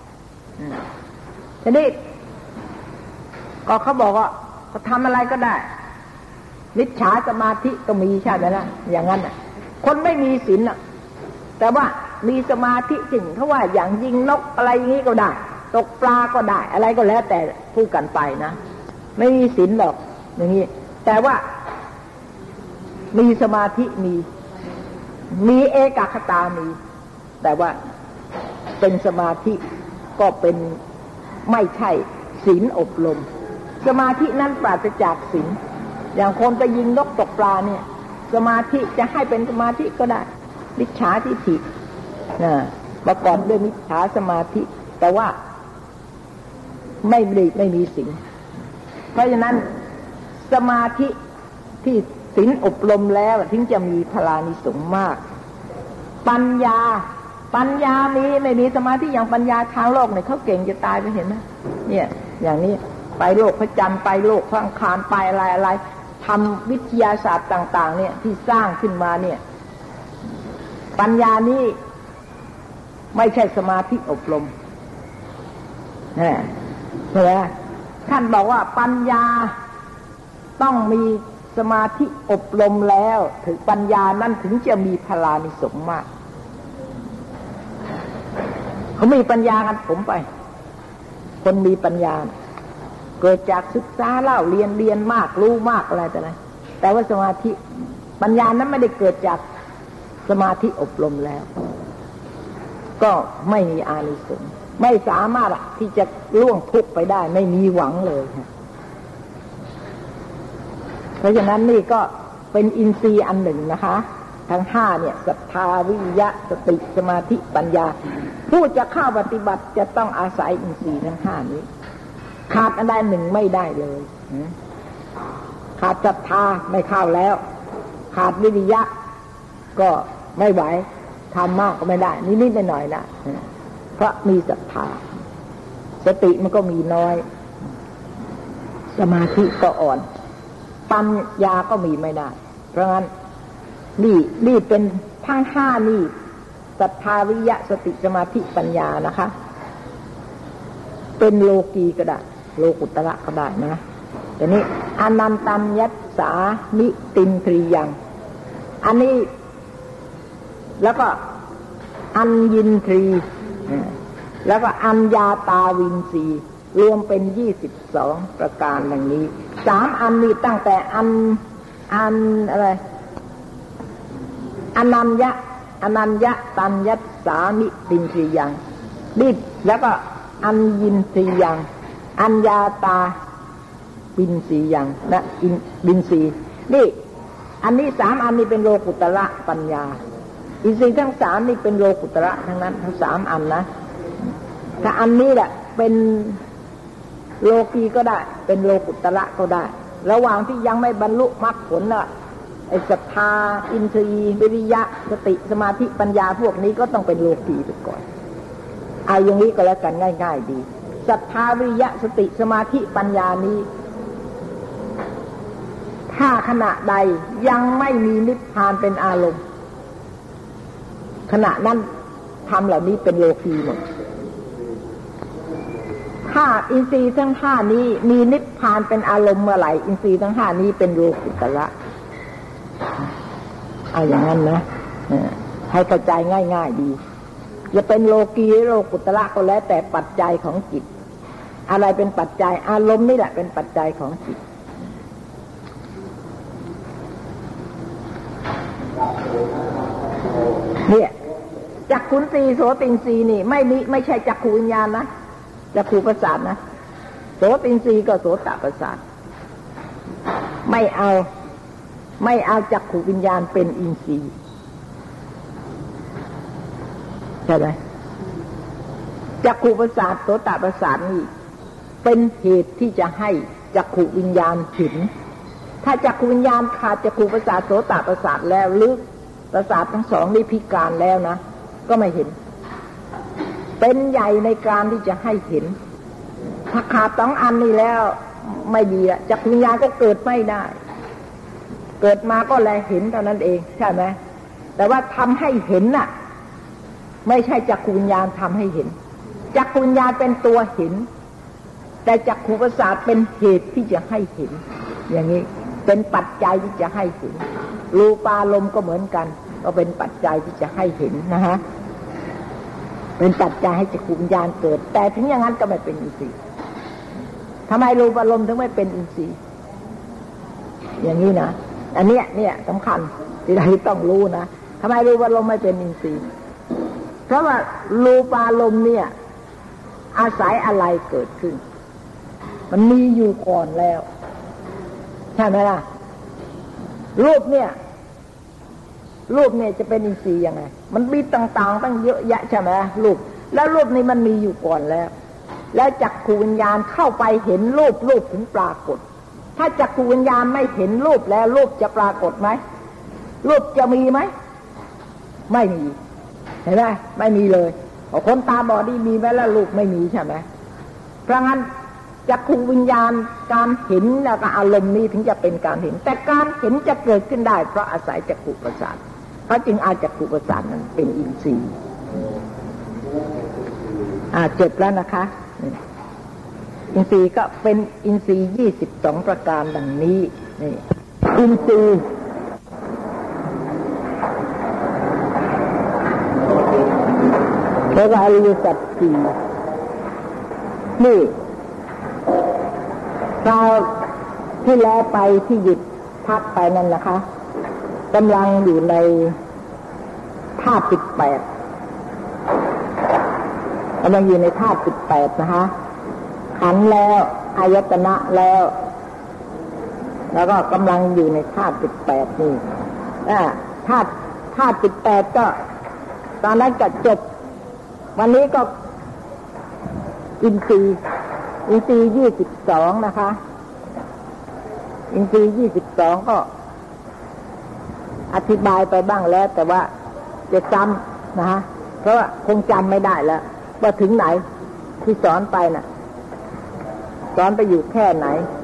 ทีนี้ก็เขาบอกว่าเขาทำอะไรก็ได้มิจฉาสมาธิก็มีใช่ไหมล่ะอย่างนั้นอ่ะคนไม่มีศีลอ่ะแต่ว่ามีสมาธิถึงเขาว่าอย่างยิงนกอะไรอย่างนี้ก็ได้ตกปลาก็ได้อะไรก็แล้วแต่พูดกันไปนะไม่มีศีลหรอกอย่างนี้แต่ว่ามีสมาธิมีมีเอกคตามีแต่ว่าเป็นสมาธิก็เป็นไม่ใช่ศีลอบรมสมาธินั้นปราศจากศีลอย่างคนไปยิงนกตกปลาเนี่ยสมาธิจะให้เป็นสมาธิก็ได้มิจฉาทิฏฐินะประกอบด้วยมิจฉาสมาธิแต่ว่าไม่มีไม่มีศีลเพราะฉะนั้นสมาธิที่ศีลอบรมแล้วถึงจะมีพลานิสงส์มากปัญญาปัญญามีไม่มีสมาธิอย่างปัญญาทางโลกเนี่ยเขาเก่งจะตายไปเห็นไหมเนี่ยอย่างนี้ไปโลกพระจันทร์ไปโลกพระอังคารไปอะไรอะไรทำวิทยาศาสตร์ต่างๆเนี่ยที่สร้างขึ้นมาเนี่ยปัญญานี้ไม่ใช่สมาธิอบรมเนี่ยใช่ไหมท่านบอกว่าปัญญาต้องมีสมาธิอบรมแล้วถึงปัญญานั้นถึงจะมีพลานิสงส์มากเขามีปัญญากันผมไปคนมีปัญญาเกิดจากศึกษาเล่าเรียนเรียนมากรู้มากอะไรแต่ไรแต่ว่าสมาธิปัญญานั้นไม่ได้เกิดจากสมาธิอบรมแล้วก็ไม่มีอานิสงส์ไม่สามารถที่จะล่วงทุกข์ไปได้ไม่มีหวังเลยเพราะฉะนั้นนี่ก็เป็นอินทรีย์อันหนึ่งนะคะทั้งห้าเนี่ยศรัทธาวิริยะสติสมาธิปัญญาผู้จะเข้าปฏิบัติจะต้องอาศัยอินทรีย์ทั้งห้านี้ขาดอันใดหนึ่งไม่ได้เลยขาดศรัทธาไม่เข้าแล้วขาดวิริยะก็ไม่ไหวทำมากก็ไม่ได้นิดๆหน่อยๆนะเพราะมีศรัทธาสติมันก็มีน้อยสมาธิก็อ่อนปัญญาก็มีไม่ได้เพราะงั้นนี่นี่เป็นทั้งห้านี่ศรัทธาวิริยะสติสมาธิปัญญานะคะเป็นโลกีก็ได้โลกุตระก็ได้นะแต่นี้อนันตัญญัสสามิตินทรียังอันนี้แล้วก็อัญญินทรีแล้วก็อัญญาตาวินสีรวมเป็นยี่สิบสองประการอย่างนี้สามอันนี้ตั้งแต่อันอันอะไรอนัญญะอนัญญะตัญญัสสามิตินทรียังดิแล้วก็อัญญินทรียังอัญญาตาบินสียังนะอินบินสีนี่อันนี้สามอันนี้เป็นโลกุตระปัญญาอินทรีย์ทั้งสามนี่เป็นโลกุตระทั้งนั้นทั้งสามอันนะถ้าอันนี้แหละเป็นโลกีก็ได้เป็นโลกุตระก็ได้ระหว่างที่ยังไม่บรรลุมรรคผลน่ะไอ้ศรัทธาอินทรีย์วิริยะสติสมาธิปัญญาพวกนี้ก็ต้องเป็นโลกีไปก่อนเอาอย่างนี้ก็แล้วกันง่ายๆดีศรัทธาวิริยะสติสมาธิปัญญานี้ถ้าขณะใดยังไม่มีนิพพานเป็นอารมณ์ขณะนั้นทำเหล่านี้เป็นโลกีหมดถ้าอินทรีย์ทั้งห้านี้มีนิพพานเป็นอารมณ์เมื่อไหร่อินทรีย์ทั้งห้านี้เป็นโลกุตระเอาอย่างนั้นนะให้เข้าใจง่ายๆดีจะเป็นโลกีหรือโลกุตระก็แล้วแต่ปัจจัยของจิตอะไรเป็นปัจจัยอารมณ์นี่แหละเป็นปัจจัยของจิตเนี่ยจักขุนสีโสตินสีนี่ไม่มีไม่ใช่จักขุวิญญาณนะจักขุประสาทนะโสตินสีก็โสตประสาทไม่เอาไม่เอาจักขุวิญญาณเป็นอินทรีย์ใช่ไหมจักขุประสาทโสตประสาทนี่เป็นเหตุที่จะให้จักขุวิญญาณถึงถ้าจักขุวิญญาณขาดจักขุประสาทโสตประสาทแล้วหรือประสาททั้งสองนี่พิการแล้วนะก็ไม่เห็นเป็นใหญ่ในการที่จะให้เห็นถ้าขาดสองอันนี้แล้วไม่ดีอะจักขุวิญญาณก็เกิดไม่ได้เกิดมาก็แลเห็นเท่านั้นเองใช่ไหมแต่ว่าทำให้เห็นน่ะไม่ใช่จักขุวิญญาณทำให้เห็นจักขุวิญญาณเป็นตัวเห็นแต่จักขุประสาทเป็นเหตุที่จะให้เห็นอย่างนี้เป็นปัจจัยที่จะให้เห็นรูปารมณ์ก็เหมือนกันก็เป็นปัจจัยที่จะให้เห็นนะฮะเป็นปัจจัยให้จักขุวิญญาณเกิดแต่ถึงอย่างนั้นก็ไม่เป็นอินทรีย์ทำไมรูปารมณ์ถึงไม่เป็นอินทรีย์อย่างนี้นะอันเนี้ยเนี่ยสำคัญที่เราต้องรู้นะทำไมรูปารมณ์ไม่เป็นอินทรีย์เพราะว่ารูปารมณ์เนี่ยอาศัยอะไรเกิดขึ้นมันมีอยู่ก่อนแล้วใช่ไหมล่ะรูปเนี่ยรูปเนี่ยจะเป็นอินทรีย์ยังไงมันมีต่างๆตั้งเยอะแยะใช่ไหมรูปแล้วรูปนี้มันมีอยู่ก่อนแล้วแล้วจักขุวิญญาณเข้าไปเห็นรูปรูปถึงปรากฏถ้าจักขุวิญญาณไม่เห็นรูปแล้วรูปจะปรากฏไหมรูปจะมีไหมไม่มีเห็นไหมไม่มีเลยคนตาบอดนี่มีไหมแล้วรูปไม่มีใช่ไหมเพราะงั้นจักขุวิญญาณการเห็นแล้วก็อารมณ์นี้ถึงจะเป็นการเห็นแต่การเห็นจะเกิดขึ้นได้เพราะอาศัยจักขุประสาทเพราะจึงอาจักขุประสาทนั้นเป็นอินทรีย์อ่าเจ็บแล้วนะคะอินทรีย์ก็เป็นอินทรีย์ยี่สิบสองประการดังนี้นี่อินทรีย์แล้วก็อริยสัจสี่นี่คราวที่แล้วไปที่หยุดพักไปนั่นนะคะกำลังอยู่ในภาพสิบแปดำลังอยู่ในธาตุสิบแปดนะคะขันธ์แล้วอายตนะแล้วแล้วก็กำลังอยู่ในธาตุสิบแปดนี่อ่าธาตุธาตุสิบแปดก็ตอนนั้นจะจบวันนี้ก็อินทรีย์อินทรีย์ยี่สิบสองนะคะอินทรีย์ยี่สิบสองก็อธิบายไปบ้างแล้วแต่ว่าจะจำนะคะเพราะว่าคงจำไม่ได้แล้วว่าถึงไหนที่สอนไปน่ะสอนไปอยู่แค่ไหน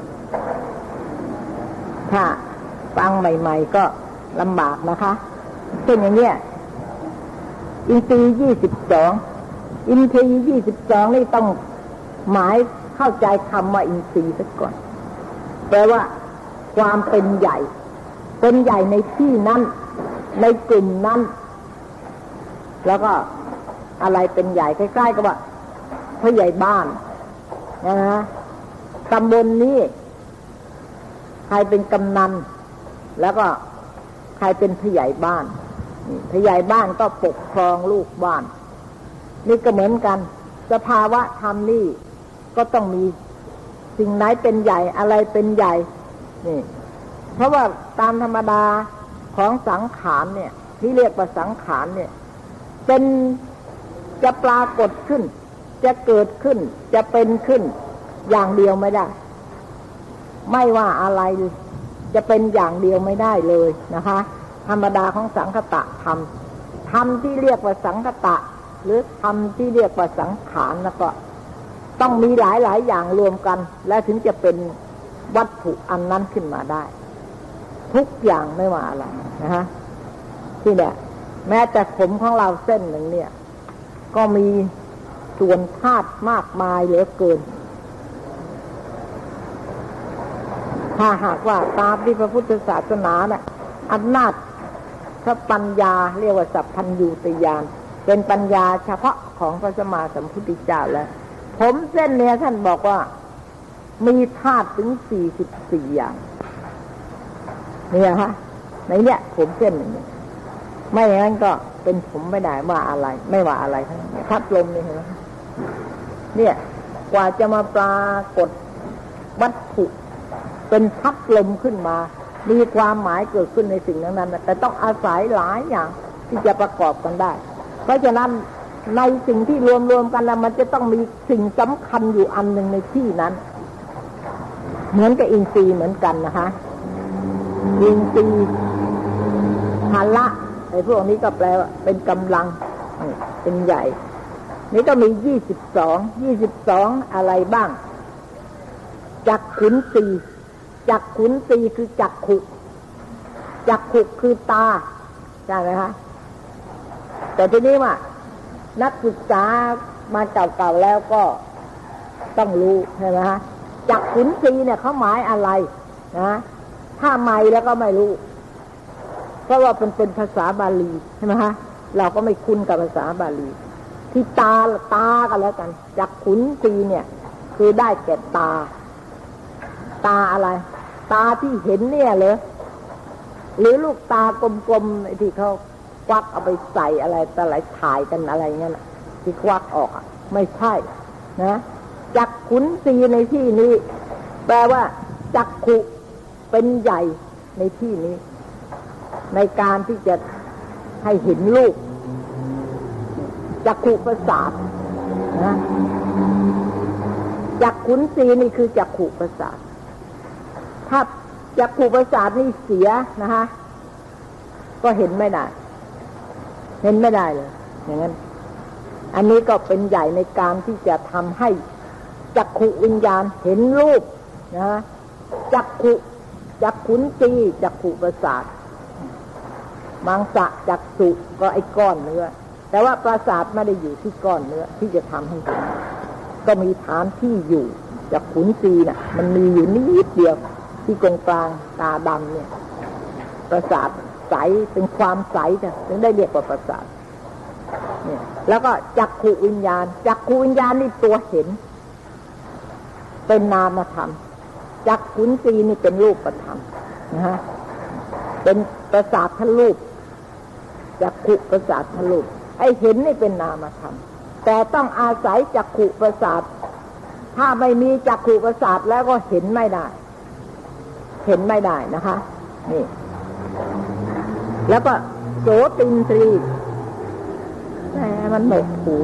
ถ้าฟังใหม่ๆก็ลำบากนะคะเช่นอย่างเนี้ยอินทรีย์ยี่สิบสองอินทรีย์ยี่สิบสองนี่ต้องหมายเข้าใจคำว่าอินทรีย์ซะก่อนแปลว่าความเป็นใหญ่เป็นใหญ่ในที่นั้นในกลุ่มนั้นแล้วก็อะไรเป็นใหญ่ใกล้ๆกับว่าผู้ใหญ่บ้านนะฮะตำบลนี้ใครเป็นกำนันแล้วก็ใครเป็นผู้ใหญ่บ้านผู้ใหญ่บ้านก็ปกครองลูกบ้านนี่ก็เหมือนกันสภาวะธรรมนี่ก็ต้องมีสิ่งไหนเป็นใหญ่อะไรเป็นใหญ่นี่เพราะว่าตามธรรมดาของสังขารเนี่ยที่เรียกว่าสังขารเนี่ยเป็นจะปรากฏขึ้นจะเกิดขึ้นจะเป็นขึ้นอย่างเดียวไม่ได้ไม่ว่าอะไรจะเป็นอย่างเดียวไม่ได้เลยนะคะธรรมดาของสังคตะธรรมธรรมที่เรียกว่าสังคตะหรือธรรมที่เรียกว่าสังขารแล้วก็ต้องมีหลายๆอย่างรวมกันและถึงจะเป็นวัตถุอันนั้นขึ้นมาได้ทุกอย่างไม่ว่าอะไรนะฮะที่เนี่ยแม้แต่ผมของเราเส้นหนึ่งเนี่ยก็มีส่วนธาตุมากมายเหลือเกินถ้าหากว่าตามที่พระพุทธศาสนาเนี่ยอำนาจพระปัญญาเรียกว่าสัพพัญญูตญาณเป็นปัญญาเฉพาะของพระสัมมาสัมพุทธเจ้าแล้วผมเส้นเนี่ยท่านบอกว่ามีธาตุถึงสี่สิบสี่อย่างเนี่ยฮะในเนี่ยผมเส้นหนึ่งไม่อย่างนั้นก็เป็นผมไม่ได้ว่าอะไรไม่ว่าอะไรทั้งนั้นพัดลมนี่เห็นไหมเนี่ยกว่าจะมาปรากฏวัตถุเป็นพัดลมขึ้นมามีความหมายเกิดขึ้นในสิ่งนั้นๆแต่ต้องอาศัยหลายอย่างที่จะประกอบกันได้เพราะฉะนั้นในสิ่งที่รวมๆกันแล้วมันจะต้องมีสิ่งสำคัญอยู่อันหนึ่งในที่นั้นเหมือนกับอินทรีย์เหมือนกันนะคะอินทรีย์พละไอ้พวกนี้ก็แปลว่าเป็นกำลังเป็นใหญ่นี่ก็มียี่สิบสองยี่สิบสองอะไรบ้างจักขุนสีจักขุนสีคือจักขุจักขุคือตาใช่ไหมคะแต่ทีนี้ว่านักศึกษามาเก่าๆแล้วก็ต้องรู้ใช่ไหมฮะจักขุนสีเนี่ยเขาหมายอะไรนะถ้าไม่แล้วก็ไม่รู้เพราะว่าเป็นเป็นภาษาบาลีใช่ไหมฮะเราก็ไม่คุ้นกับภาษาบาลีที่ตาตากันแล้วกันจักขุนสีเนี่ยคือได้แก่ตาตาอะไรตาที่เห็นเนี่ยเลยหรือลูกตากลมๆที่เขาควักเอาไปใส่อะไรแต่หลายถ่ายกันอะไรเงี้ยนะที่ควักออกอ่ะไม่ใช่นะจักขุนสีในที่นี้แปลว่าจักขุเป็นใหญ่ในที่นี้ในการที่จะให้เห็นรูปจักขุประสาทนะจักขุนสีนี่คือจักขุประสาทถ้าจักขุประสาทนี่เสียนะคะก็เห็นไม่ได้เห็นไม่ได้เลยอย่างนั้นอันนี้ก็เป็นใหญ่ในการที่จะทำให้จักขุวิญญาณเห็นรูปนะจักขุจักขุนสีจักขุประสาทมังสะจักสุก็ไอ้ก้อนเนื้อแต่ว่าประสาทไม่ได้อยู่ที่ก้อนเนื้อที่จะทำให้เห็นก็มีฐานที่อยู่จักขุนสีน่ะมันมีอยู่นิดเดียวที่ตรงกลางตาดำเนี่ยประสาทใสเป็นความใสเนี่ยถึงได้เรียกว่าประสาทเนี่ยแล้วก็จักขุวิญญาณจักขุวิญญาณนี่ตัวเห็นเป็นนามธรรมจักขุนสีนี่เป็นรูปธรรมนะฮะเป็นประสาททะลุจักขุประสาททะลุไอ้เห็นนี่เป็นนามธรรมแต่ต้องอาศัยจักขุประสาทถ้าไม่มีจักขุประสาทแล้วก็เห็นไม่ได้เห็นไม่ได้นะคะนี่แล้วก็โสตินทรีย์แหมมันหนวกหู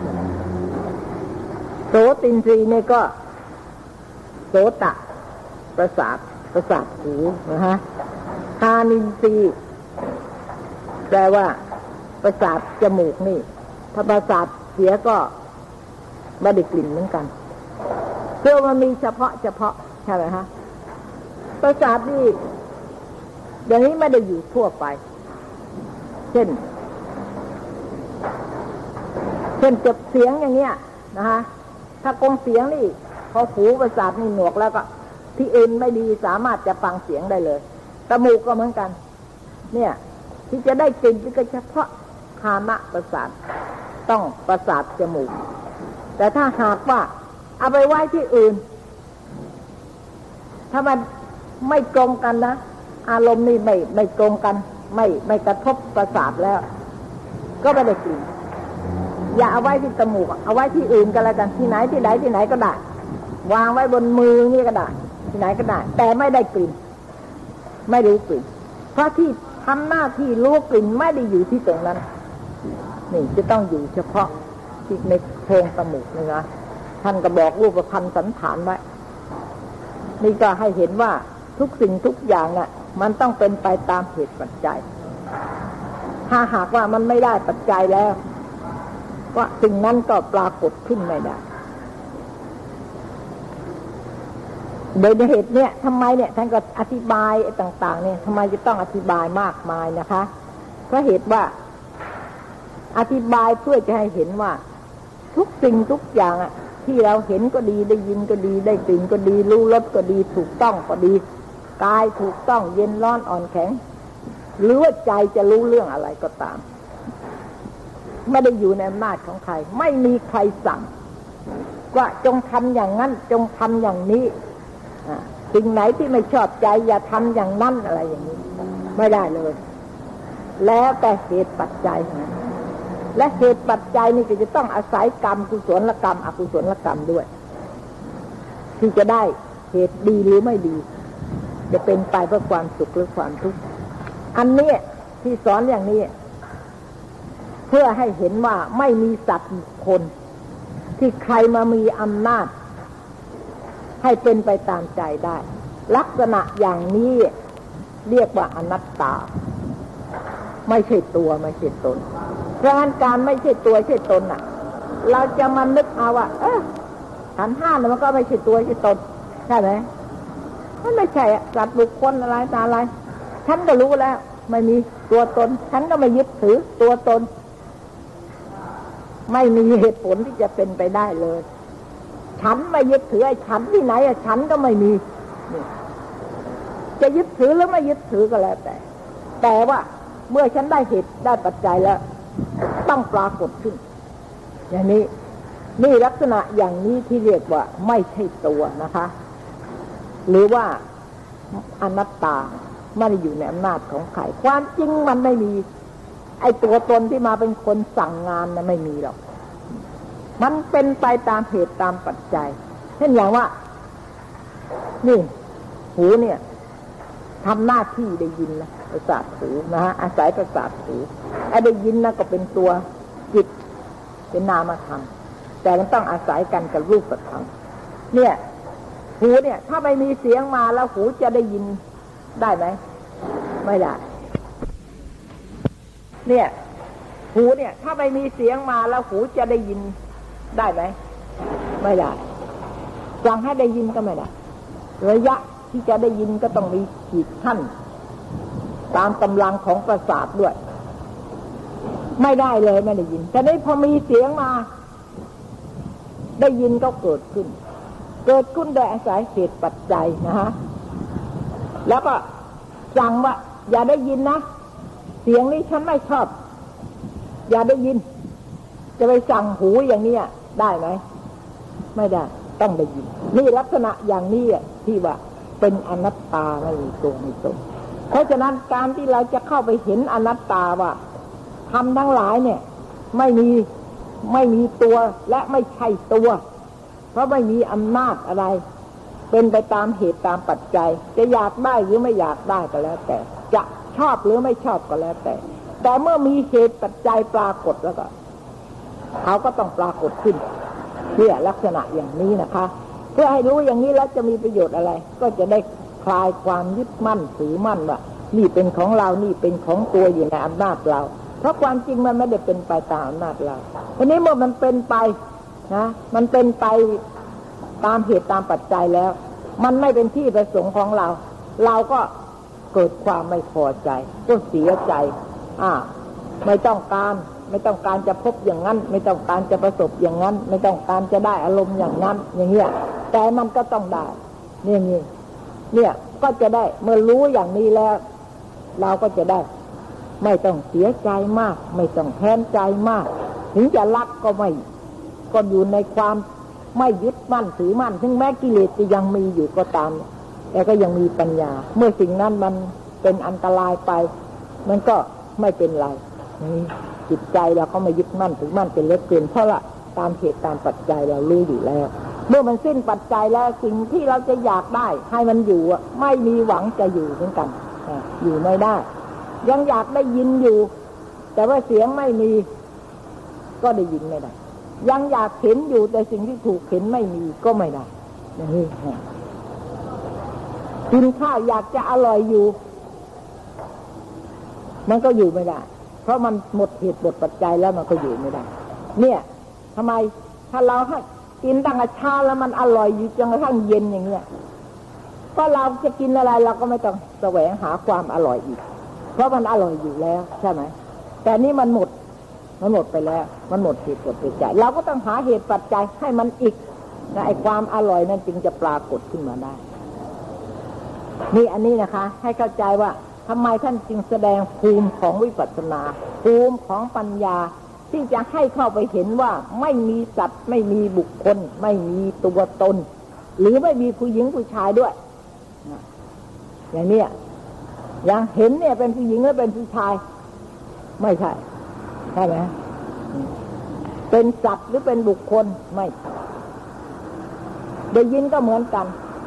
โสตินทรีย์นี่ก็โสตะประสาทประสาทหูนะฮะคานินทรีย์แปลว่าประสาทจมูกนี่ถ้าประสาทเสียก็ไม่ได้กลิ่นเหมือนกันเพื่อมันมีเฉพาะเฉพาะใช่ไหมฮะประสาทนี่อย่างนี้ไม่ได้อยู่ทั่วไปเช่นเช่นเก็บเสียงอย่างเงี้ยนะฮะถ้ากงเสียงนี่พอหูประสาทนี่หนวกแล้วก็ที่อื่นไม่ดีสามารถจะฟังเสียงได้เลยจมูกก็เหมือนกันเนี่ยที่จะได้กลิ่นก็เฉพาะคานะประสาทต้องประสาทจมูกแต่ถ้าหากว่าเอาไปไว้ที่อื่นถ้ามันไม่ตรงกันนะอารมณ์นี่ไม่ไม่ตรงกันไม่ไม่กระทบประสาทแล้วก็ไม่ได้กลิ่นอย่าเอาไว้ที่จมูกเอาไว้ที่อื่นก็แล้วกันที่ไหนที่ไหนที่ไหนก็ได้วางไว้บนมือนี่ก็ได้ที่ไหนก็ได้แต่ไม่ได้กลิ่นไม่รู้กลิ่นเพราะที่ทำหน้าที่รู้กลิ่นไม่ได้อยู่ที่ตรงนั้นนี่จะต้องอยู่เฉพาะที่ในโพรงจมูกนี่นะท่านก็บอกรูปพรรณสันฐานไว้นี่ก็ให้เห็นว่าทุกสิ่งทุกอย่างน่ะมันต้องเป็นไปตามเหตุปัจจัยถ้าหากว่ามันไม่ได้ปัจจัยแล้วว่าสิ่งนั้นก็ปรากฏขึ้นไม่ได้โดยเหตุเนี่ยทำไมเนี่ยท่านก็อธิบายต่างๆเนี่ยทำไมจะต้องอธิบายมากมายนะคะเพราะเหตุว่าอธิบายเพื่อจะให้เห็นว่าทุกสิ่งทุกอย่างอ่ะที่เราเห็นก็ดีได้ยินก็ดีได้กลิ่นก็ดีรู้รสก็ดีถูกต้องก็ดีกายถูกต้องเย็นร้อนอ่อนแข็งหรือว่าใจจะรู้เรื่องอะไรก็ตามไม่ได้อยู่ในอำนาจของใครไม่มีใครสั่งว่าจงทำอย่างนั้นจงทำอย่างนี้สิ่งไหนที่ไม่ชอบใจอย่าทำอย่างนั้นอะไรอย่างนี้ไม่ได้เลยแล้วแต่เหตุปัจจัยนะและเหตุปัจจัยนี่ก็จะต้องอาศัยกรรมกุศลกรรมอกุศลกรรมด้วยที่จะได้เหตุดีหรือไม่ดีจะเป็นไปเพื่อความสุขหรือความทุกข์อันนี้ที่สอนอย่างนี้เพื่อให้เห็นว่าไม่มีสัตว์บุคคลที่ใครมามีอำนาจให้เป็นไปตามใจได้ลักษณะอย่างนี้เรียกว่าอนัตตาไม่ใช่ตัวไม่ใช่ตนเพราะงั้นการไม่ใช่ตัวใช่ตนน่ะเราจะมานึกเอาว่าเออขันธ์ห้าเนี่ยมันก็ไม่ใช่ตัวใช่ตนใช่ไหมมันไม่ใช่สัตว์บุคคลอะไรตาอะไรฉันก็รู้แล้วไม่มีตัวตนฉันก็ไม่ยึดถือตัวตนไม่มีเหตุผลที่จะเป็นไปได้เลยฉันไม่ยึดถือไอ้ฉันที่ไหนอะฉันก็ไม่มีจะยึดถือหรือไม่ยึดถือก็แล้วแต่แต่ว่าเมื่อฉันได้เหตุได้ปัจจัยแล้วต้องปรากฏขึ้นอย่างนี้นี่ลักษณะอย่างนี้ที่เรียกว่าไม่ใช่ตัวนะคะหรือว่าอนัตตาไม่ได้อยู่ในอำนาจของใครความจริงมันไม่มีไอ้ตัวตนที่มาเป็นคนสั่งงานนะไม่มีหรอกมันเป็นไปตามเหตุตามปัจจัยเช่นอย่างว่านี่หูเนี่ยทำหน้าที่ได้ยินนะประสาทหูนะฮะอาศัยประสาทหูไอ้ได้ยินนะก็เป็นตัวจิตเป็นนามธรรมแต่มันต้องอาศัยกันกับรูปธรรมเนี่ยหูเนี่ยถ้าไม่มีเสียงมาแล้วหูจะได้ยินได้ไหมไม่ได้เนี่ยหูเนี่ยถ้าไม่มีเสียงมาแล้วหูจะได้ยินได้ไหมไม่ได้สั่งให้ได้ยินก็ไม่ได้ระยะที่จะได้ยินก็ต้องมีขีดขั้นตามกำลังของประสาทด้วยไม่ได้เลยไม่ได้ยินแต่นี้พอมีเสียงมาได้ยินก็เกิดขึ้นเกิดขึ้นโดยอาศัยเหตุปัจจัยนะฮะแล้วก็สั่งว่าอย่าได้ยินนะเสียงนี้ฉันไม่ชอบอย่าได้ยินจะไปสั่งหูอย่างนี้ได้ไหมไม่ได้ต้องได้ยินนี่ลักษณะอย่างนี้ที่ว่าเป็นอนัตตาไม่มีตัวไม่ตนเพราะฉะนั้นการที่เราจะเข้าไปเห็นอนัตตาว่าธรรมทั้งหลายเนี่ยไม่มีไม่มีตัวและไม่ใช่ตัวเพราะไม่มีอำนาจอะไรเป็นไปตามเหตุตามปัจจัยจะอยากได้หรือไม่อยากได้ก็แล้วแต่จะชอบหรือไม่ชอบก็แล้วแต่แต่เมื่อมีเหตุปัจจัยปรากฏแล้วก็เขาก็ต้องปรากฏขึ้นเนี่ยลักษณะอย่างนี้นะคะเพื่อให้รู้อย่างนี้แล้วจะมีประโยชน์อะไรก็จะได้คลายความยึดมั่นถือมั่นว่านี่เป็นของเรานี่เป็นของตัวอยู่ในอำนาจเราเพราะความจริงมันไม่ได้เป็นไปตามอำนาจเราทีนี้เมื่อมันเป็นไปนะมันเป็นไปตามเหตุตามปัจจัยแล้วมันไม่เป็นที่ประสงค์ของเราเราก็เกิดความไม่พอใจก็เสียใจอ่าไม่ต้องการไม่ต้องการจะพบอย่างนั้นไม่ต้องการจะประสบอย่างนั้นไม่ต้องการจะได้อารมณ์อย่างนั้นอย่างเงี้ยแต่มันก็ต้องได้เนี่ยนี่เนี่ยก็จะได้เมื่อรู้อย่างนี้แล้วเราก็จะได้ไม่ต้องเสียใจมากไม่ต้องแค้นใจมากถึงจะรักก็ไม่ก็อยู่ในความไม่ยึดมั่นถือมั่นถึงแม้กิเลสจะยังมีอยู่ก็ตามแต่ก็ยังมีปัญญาเมื่อสิ่งนั้นมันเป็นอันตรายไปมันก็ไม่เป็นไรจิตใจเราก็ไม่ยึดมั่นถือมั่นเป็นเล็กเกินเพราะละตามเหตุตามปัจจัยเรารู้อยู่แล้วเมื่อมันสิ้นปัจจัยแล้วสิ่งที่เราจะอยากได้ให้มันอยู่ไม่มีหวังจะอยู่เหมือนกันอยู่ไม่ได้ยังอยากได้ยินอยู่แต่ว่าเสียงไม่มีก็ได้ยินไม่ได้ยังอยากเห็นอยู่แต่สิ่งที่ถูกเห็นไม่มีก็ไม่ได้อย่างนี้กินข้าวอยากจะอร่อยอยู่มันก็อยู่ไม่ได้เพราะมันหมดเหตุหมดปัจจัยแล้วมันก็อยู่ไม่ได้เนี่ยทำไมถ้าเราให้กินตั้งแต่เช้าแล้วมันอร่อยอยู่จนกระทั่งเย็นอย่างเงี้ยก็เราจะกินอะไรเราก็ไม่ต้องแสวงหาความอร่อยอีกเพราะมันอร่อยอยู่แล้วใช่ไหมแต่นี่มันหมดมันหมดไปแล้วมันหมดเหตุหมดปัจจัยเราก็ต้องหาเหตุปัจจัยให้มันอีกนะไอ้ความอร่อยนั้นจึงจะปรากฏขึ้นมาได้นี่อันนี้นะคะให้เข้าใจว่าทำไมท่านจึงแสดงภูมิของวิปัสสนาภูมิของปัญญาที่จะให้เข้าไปเห็นว่าไม่มีสัตว์ไม่มีบุคคลไม่มีตัวตนหรือไม่มีผู้หญิงผู้ชายด้วยอย่างนี้อย่างเห็นเนี่ยเป็นผู้หญิงหรือเป็นผู้ชายไม่ใช่ใช่ไหมเป็นสัตว์หรือเป็นบุคคลไม่ได้ยินก็เหมือนกัน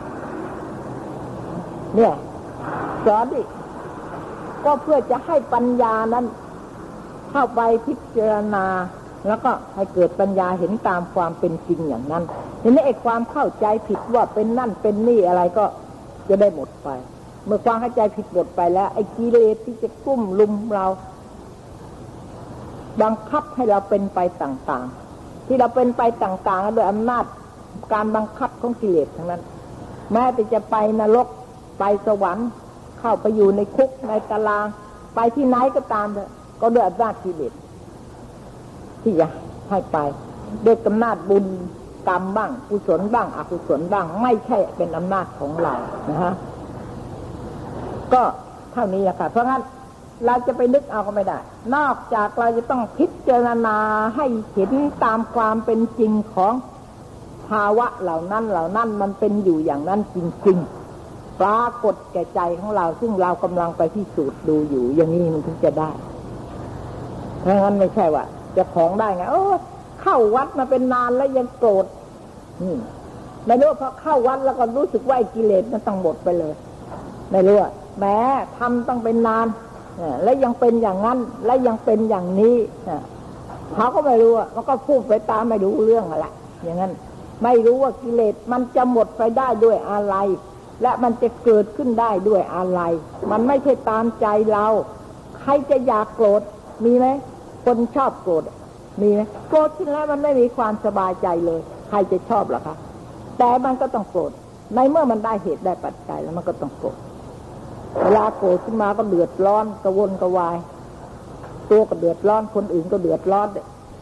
เนี่ยสอนดิก็เพื่อจะให้ปัญญานั้นเข้าไปพิจารณาแล้วก็ให้เกิดปัญญาเห็นตามความเป็นจริงอย่างนั้นทีนี้ไอ้ความเข้าใจผิดว่าเป็นนั่นเป็นนี่อะไรก็จะได้หมดไปเมื่อความเข้าใจผิดหมดไปแล้วไอ้กิเลสที่จะกุ้มลุมเราบังคับให้เราเป็นไปต่างๆที่เราเป็นไปต่างๆโดยอำนาจการบังคับของกิเลสทั้งนั้นแม้แต่จะไปนรกไปสวรรค์เข้าไปอยู่ในคุกในตารางไปที่ไหนก็ตามเลยก็ด้วยอำนาจกิเลสที่จะให้ไปด้วยอำนาจบุญกรรมบ้างกุศลบ้างอกุศลบ้างไม่ใช่เป็นอำนาจของเรานะฮะก็เท่านี้แหละค่ะเพราะงั้นเราจะไปนึกเอาก็ไม่ได้นอกจากเราจะต้องพิจารณาให้เห็นตามความเป็นจริงของภาวะเหล่านั้นเหล่านั้นมันเป็นอยู่อย่างนั้นจริงๆปรากฏแก่ใจของเราซึ่งเรากำลังไปพิสูจน์ดูอยู่อย่างนี้มันถึงจะได้เพราะงั้นไม่ใช่ว่าจะของได้ไงโอ้เข้าวัดมาเป็นนานแล้วยังโกรธนี่ไม่รู้พอเข้าวัดแล้วก็รู้สึกว่ากิเลสมันต้องหมดไปเลยไม่รู้อ่ะแม้ทำต้องเป็นนานแล้วยังเป็นอย่างนั้นและยังเป็นอย่างนี้เขาก็ไม่รู้อ่ะมันก็พูดไปตามไม่รู้เรื่องอะไรอย่างนั้นไม่รู้ว่ากิเลสมันจะหมดไปได้ด้วยอะไรและมันจะเกิดขึ้นได้ด้วยอะไรมันไม่ใช่ตามใจเราใครจะอยากโกรธมีไหมคนชอบโกรธมีไหมโกรธขึ้นแล้วมันไม่มีความสบายใจเลยใครจะชอบหรอคะแต่มันก็ต้องโกรธในเมื่อมันได้เหตุได้ปัจจัยแล้วมันก็ต้องโกรธเวลาโกรธขึ้นมาก็เดือดร้อนกระวนกระวายตัวก็เดือดร้อนคนอื่นก็เดือดร้อน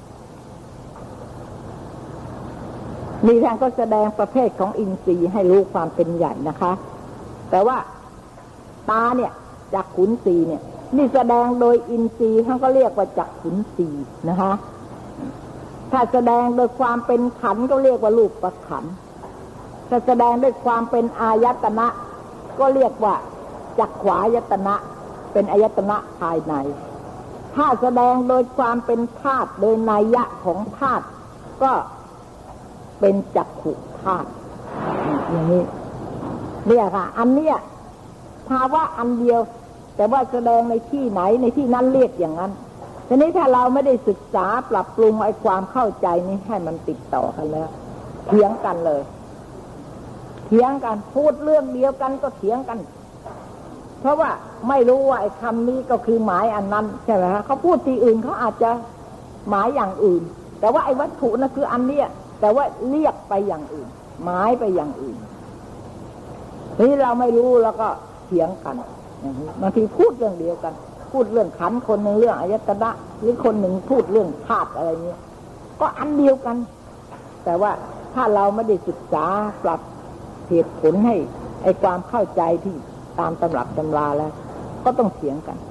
มีทางก็แสดงประเภทของอินทรีย์ให้รู้ความเป็นใหญ่นะคะแต่ว่าตาเนี่ยจักขุนสีเนี่ยนี่แสดงโดยอินทรีย์เขาก็เรียกว่าจักขุนสีนะคะถ้าแสดงโดยความเป็นขันธ์ก็เรียกว่ารูปประขันธ์ถ้าแสดงด้วยความเป็นอายตนะก็เรียกว่าจักขวายตนะเป็นอายตนะภายในถ้าแสดงโดยความเป็นธาตุโดยนัยยะของธาตุก็เป็นจักขุธาตุอย่างนี้เนี่ยค่ะอันเนี้ยภาวะอันเดียวแต่ว่าแสดงในที่ไหนในที่นั้นเรียกอย่างนั้นทีนี้ถ้าเราไม่ได้ศึกษาปรับปรุงไอ้ความเข้าใจนี้ให้มันติดต่อกันแล้วเถียงกันเลยเถียงกันพูดเรื่องเดียวกันก็เถียงกันเพราะว่าไม่รู้ว่าไอ้คำนี้ก็คือหมายอันนั้นใช่ไหมคะเขาพูดที่อื่นเขาอาจจะหมายอย่างอื่นแต่ว่าไอ้วัตถุนั่นคืออันเนี้ยแต่ว่าเรียกไปอย่างอื่นหมายไปอย่างอื่นนี่เราไม่รู้แล้วก็เถียงกันบางทีพูดเรื่องเดียวกันพูดเรื่องขันธ์คนหนึ่งเรื่องอายตนะหรือคนหนึ่งพูดเรื่องธาตุอะไรเงี้ยก็อันเดียวกันแต่ว่าถ้าเราไม่ได้ศึกษาปรับเหตุผลให้ไอ้ความเข้าใจที่ตามตำรับตำราแล้วก็ต้องเถียงกัน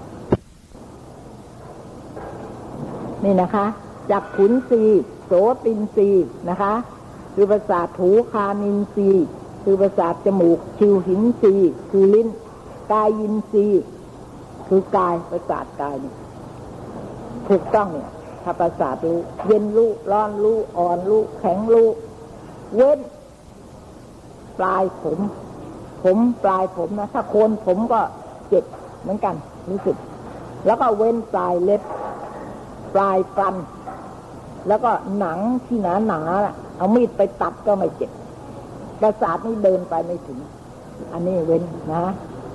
นี่นะคะจักขุนสีโสตินสีนะคะคือประสาทหูคานินสีคือประสาทจมูกชิวหินสีคือลิ้นกายินสีคือกายประสาทกายนี่ถูกต้องเนี่ยถ้าประสาทรู้เย็นรู้ร้อนรู้อ่อนรู้แข็งรู้เว้นปลายผมผมปลายผมนะถ้าโคนผมก็เจ็บเหมือนกันรู้สึกแล้วก็เว้นปลายเล็บปลายฟันแล้วก็หนังที่หนาหนาเอามีดไปตัดก็ไม่เจ็บประสาทนี่เดินไปไม่ถึงอันนี้เว้นนะ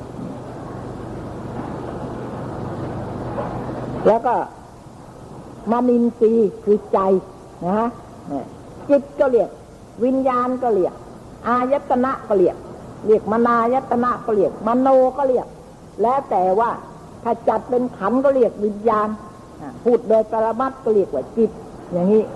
แล้วก็มานินทรีย์คือใจนะจิตก็เรียกวิญญาณก็เรียกอายตนะก็เรียกเรียกมนายตนะก็เรียกมโนก็เรียกแล้วแต่ว่าถ้าจัดเป็นขันธ์ก็เรียกวิญญาณพูดโดยปรมัตถ์ก็เรียกว่าจิตอย่างนี้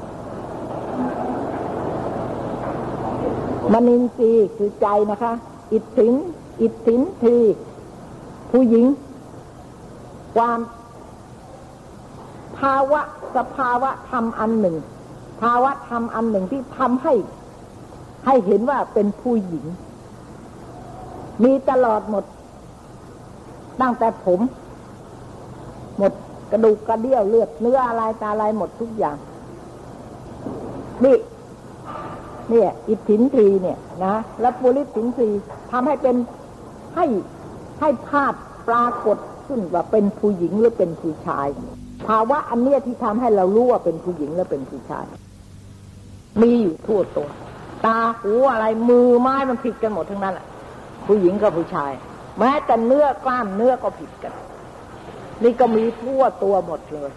มนินทรีย์คือใจนะคะอิทธินอิทธินทีผู้หญิงความภาวะสภาวะธรรมอันหนึ่งภาวะธรรมอันหนึ่งที่ทำให้ให้เห็นว่าเป็นผู้หญิงมีตลอดหมดตั้งแต่ผมหมดกระดูกกระเดี่ยวเลือดเนื้ออะไรตาอะไรหมดทุกอย่างนี่เนี่ยอิทธินทีเนี่ยนะและปุริสินทีทำให้เป็นให้ให้ภาพปรากฏขึ้นว่าเป็นผู้หญิงหรือเป็นผู้ชายภาวะอันเนี้ยที่ทำให้เรารู้ว่าเป็นผู้หญิงหรือเป็นผู้ชายมีอยู่ทั่วตัวตาหูอะไรมือไม้มันผิดกันหมดทั้งนั้นแหละผู้หญิงกับผู้ชายแม้แต่เนื้อกล้ามเนื้อก็ผิดกันนี่ก็มีทั่วตัวหมดเลย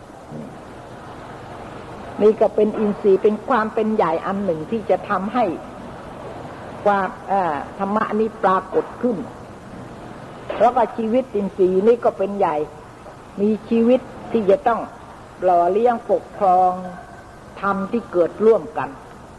นี่ก็เป็นอินทรีย์เป็นความเป็นใหญ่อันหนึ่งที่จะทำให้ความธรรมะนี้ปรากฏขึ้นแล้วก็ชีวิตอินทรีย์นี่ก็เป็นใหญ่มีชีวิตที่จะต้องหล่อเลี้ยงปกครองธรรมที่เกิดร่วมกัน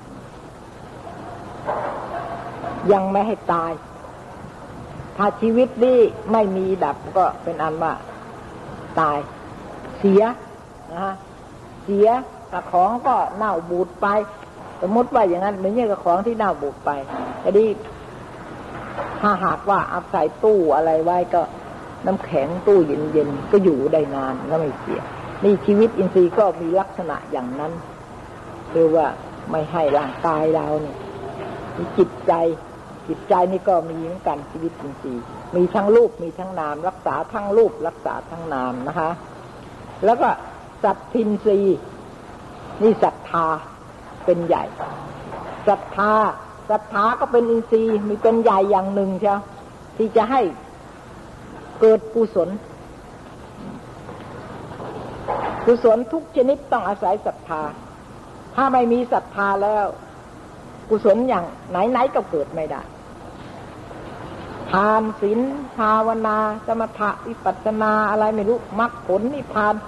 ยังไม่ให้ตายถ้าชีวิตนี้ไม่มีดับก็เป็นอันว่าตายเสียนะฮะเสียกระของก็เน่าบูดไปสมมติว่าอย่างนั้นเหมือนอย่างกระของที่เน่าบูดไปแต่ดีถ้าหากว่าเอาใส่ตู้อะไรไว้ก็น้ำแข็งตู้เย็นๆก็อยู่ได้นานก็ไม่เสียนี่ชีวิตอินทรีย์ก็มีลักษณะอย่างนั้นคือว่าไม่ให้ร่างกายเราเนี่ยจิตใจจิตใจนี่ก็มีเหมือนกันชีวิตอินทรีย์มีทั้งรูปมีทั้งนามรักษาทั้งรูปรักษาทั้งนามนะคะแล้วก็สัตทินทรีย์นี่ศรัทธาเป็นใหญ่ศรัทธาศรัทธาก็เป็นอินทรีย์มีเป็นใหญ่อย่างหนึ่งใช่ที่จะให้เกิดกุศลกุศลทุกชนิดต้องอาศัยศรัทธาถ้าไม่มีศรัทธาแล้วกุศลอย่างไหนๆก็เกิดไม่ได้ทานศีลภาวนาสมถะวิปัสสนาอะไรไม่รู้มรรคผลนิพพาน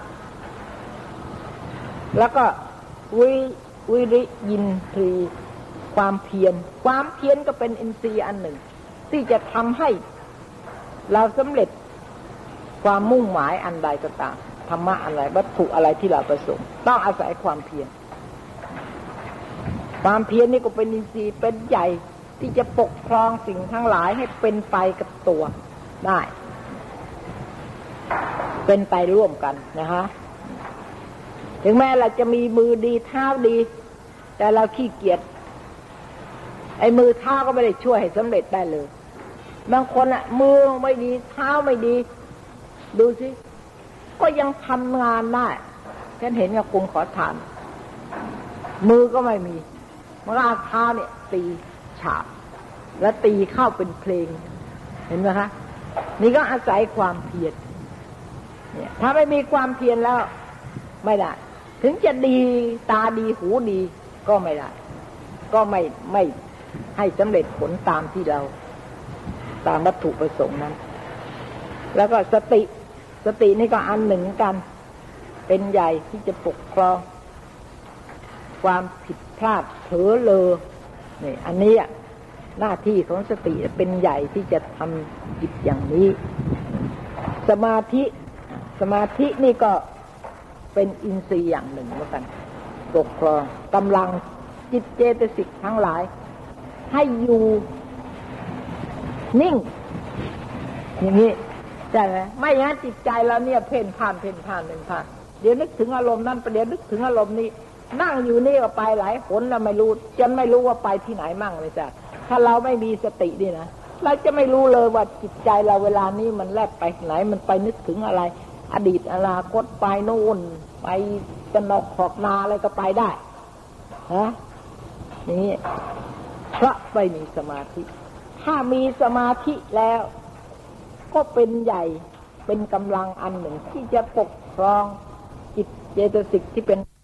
แล้วก็วิวิริยินทรีย์ความเพียรความเพียรก็เป็นอินทรีย์อันหนึ่งที่จะทำให้เราสำเร็จความมุ่งหมายอันใดก็ตามธรรมะอะไรวัตถุอะไรที่เราประสงค์ต้องอาศัยความเพียรความเพียรนี่ก็เป็นอินทรีย์เป็นใหญ่ที่จะปกครองสิ่งทั้งหลายให้เป็นไปกับตัวได้เป็นไปร่วมกันนะคะถึงแม้เราจะมีมือดีเท้าดีแต่เราขี้เกียจไอ้มือเท้าก็ไม่ได้ช่วยให้สำเร็จได้เลยบางคนอะมือไม่ดีเท้าไม่ดีดูสิก็ยังทำงานได้ฉันเห็นกับกรุงขอทานมือก็ไม่มีมันก็เอาเท้าเนี่ยตีฉาบแล้วตีเข้าเป็นเพลงเห็นไหมคะนี่ก็อาศัยความเพียรเนี่ยถ้าไม่มีความเพียรแล้วไม่ได้ถึงจะดีตาดีหูดีก็ไม่ได้ก็ไม่ไม่ให้สำเร็จผลตามที่เราตามวัตถุประสงค์นั้นแล้วก็สติสตินี่ก็อันหนึ่งกันเป็นใหญ่ที่จะปกครองความผิดพลาดเผลอเลอนี่อันนี้หน้าที่ของสติเป็นใหญ่ที่จะทำจิตอย่างนี้สมาธิสมาธินี่ก็เป็นอินทรีย์อย่างหนึ่งเหมือนกันปกครองกำลังจิตเจตสิกทั้งหลายให้อยู่นิ่งอย่างนี้ใช่ไหมไม่อย่างนั้นจิตใจเราเนี่ยเพ่นพ่านเพ่นพ่านเพ่นพ่านเดี๋ยวนึกถึงอารมณ์นั้นประเดี๋ยวนึกถึงอารมณ์นี้นั่งอยู่นี่ก็ไปหลายหนแล้วไม่รู้จนไม่รู้ว่าไปที่ไหนมั่งเลยจ้ะถ้าเราไม่มีสตินี่นะเราจะไม่รู้เลยว่าจิตใจเราเวลานี้มันแลบไปไหนมันไปนึกถึงอะไรอดีตอนาคตไปโน่นไปตะนอกขอบนาอะไรก็ไปได้ฮะนี่เพราะไม่มีสมาธิถ้ามีสมาธิแล้วก็เป็นใหญ่เป็นกำลังอันหนึ่งที่จะปกครองจิตเจตสิกที่เป็น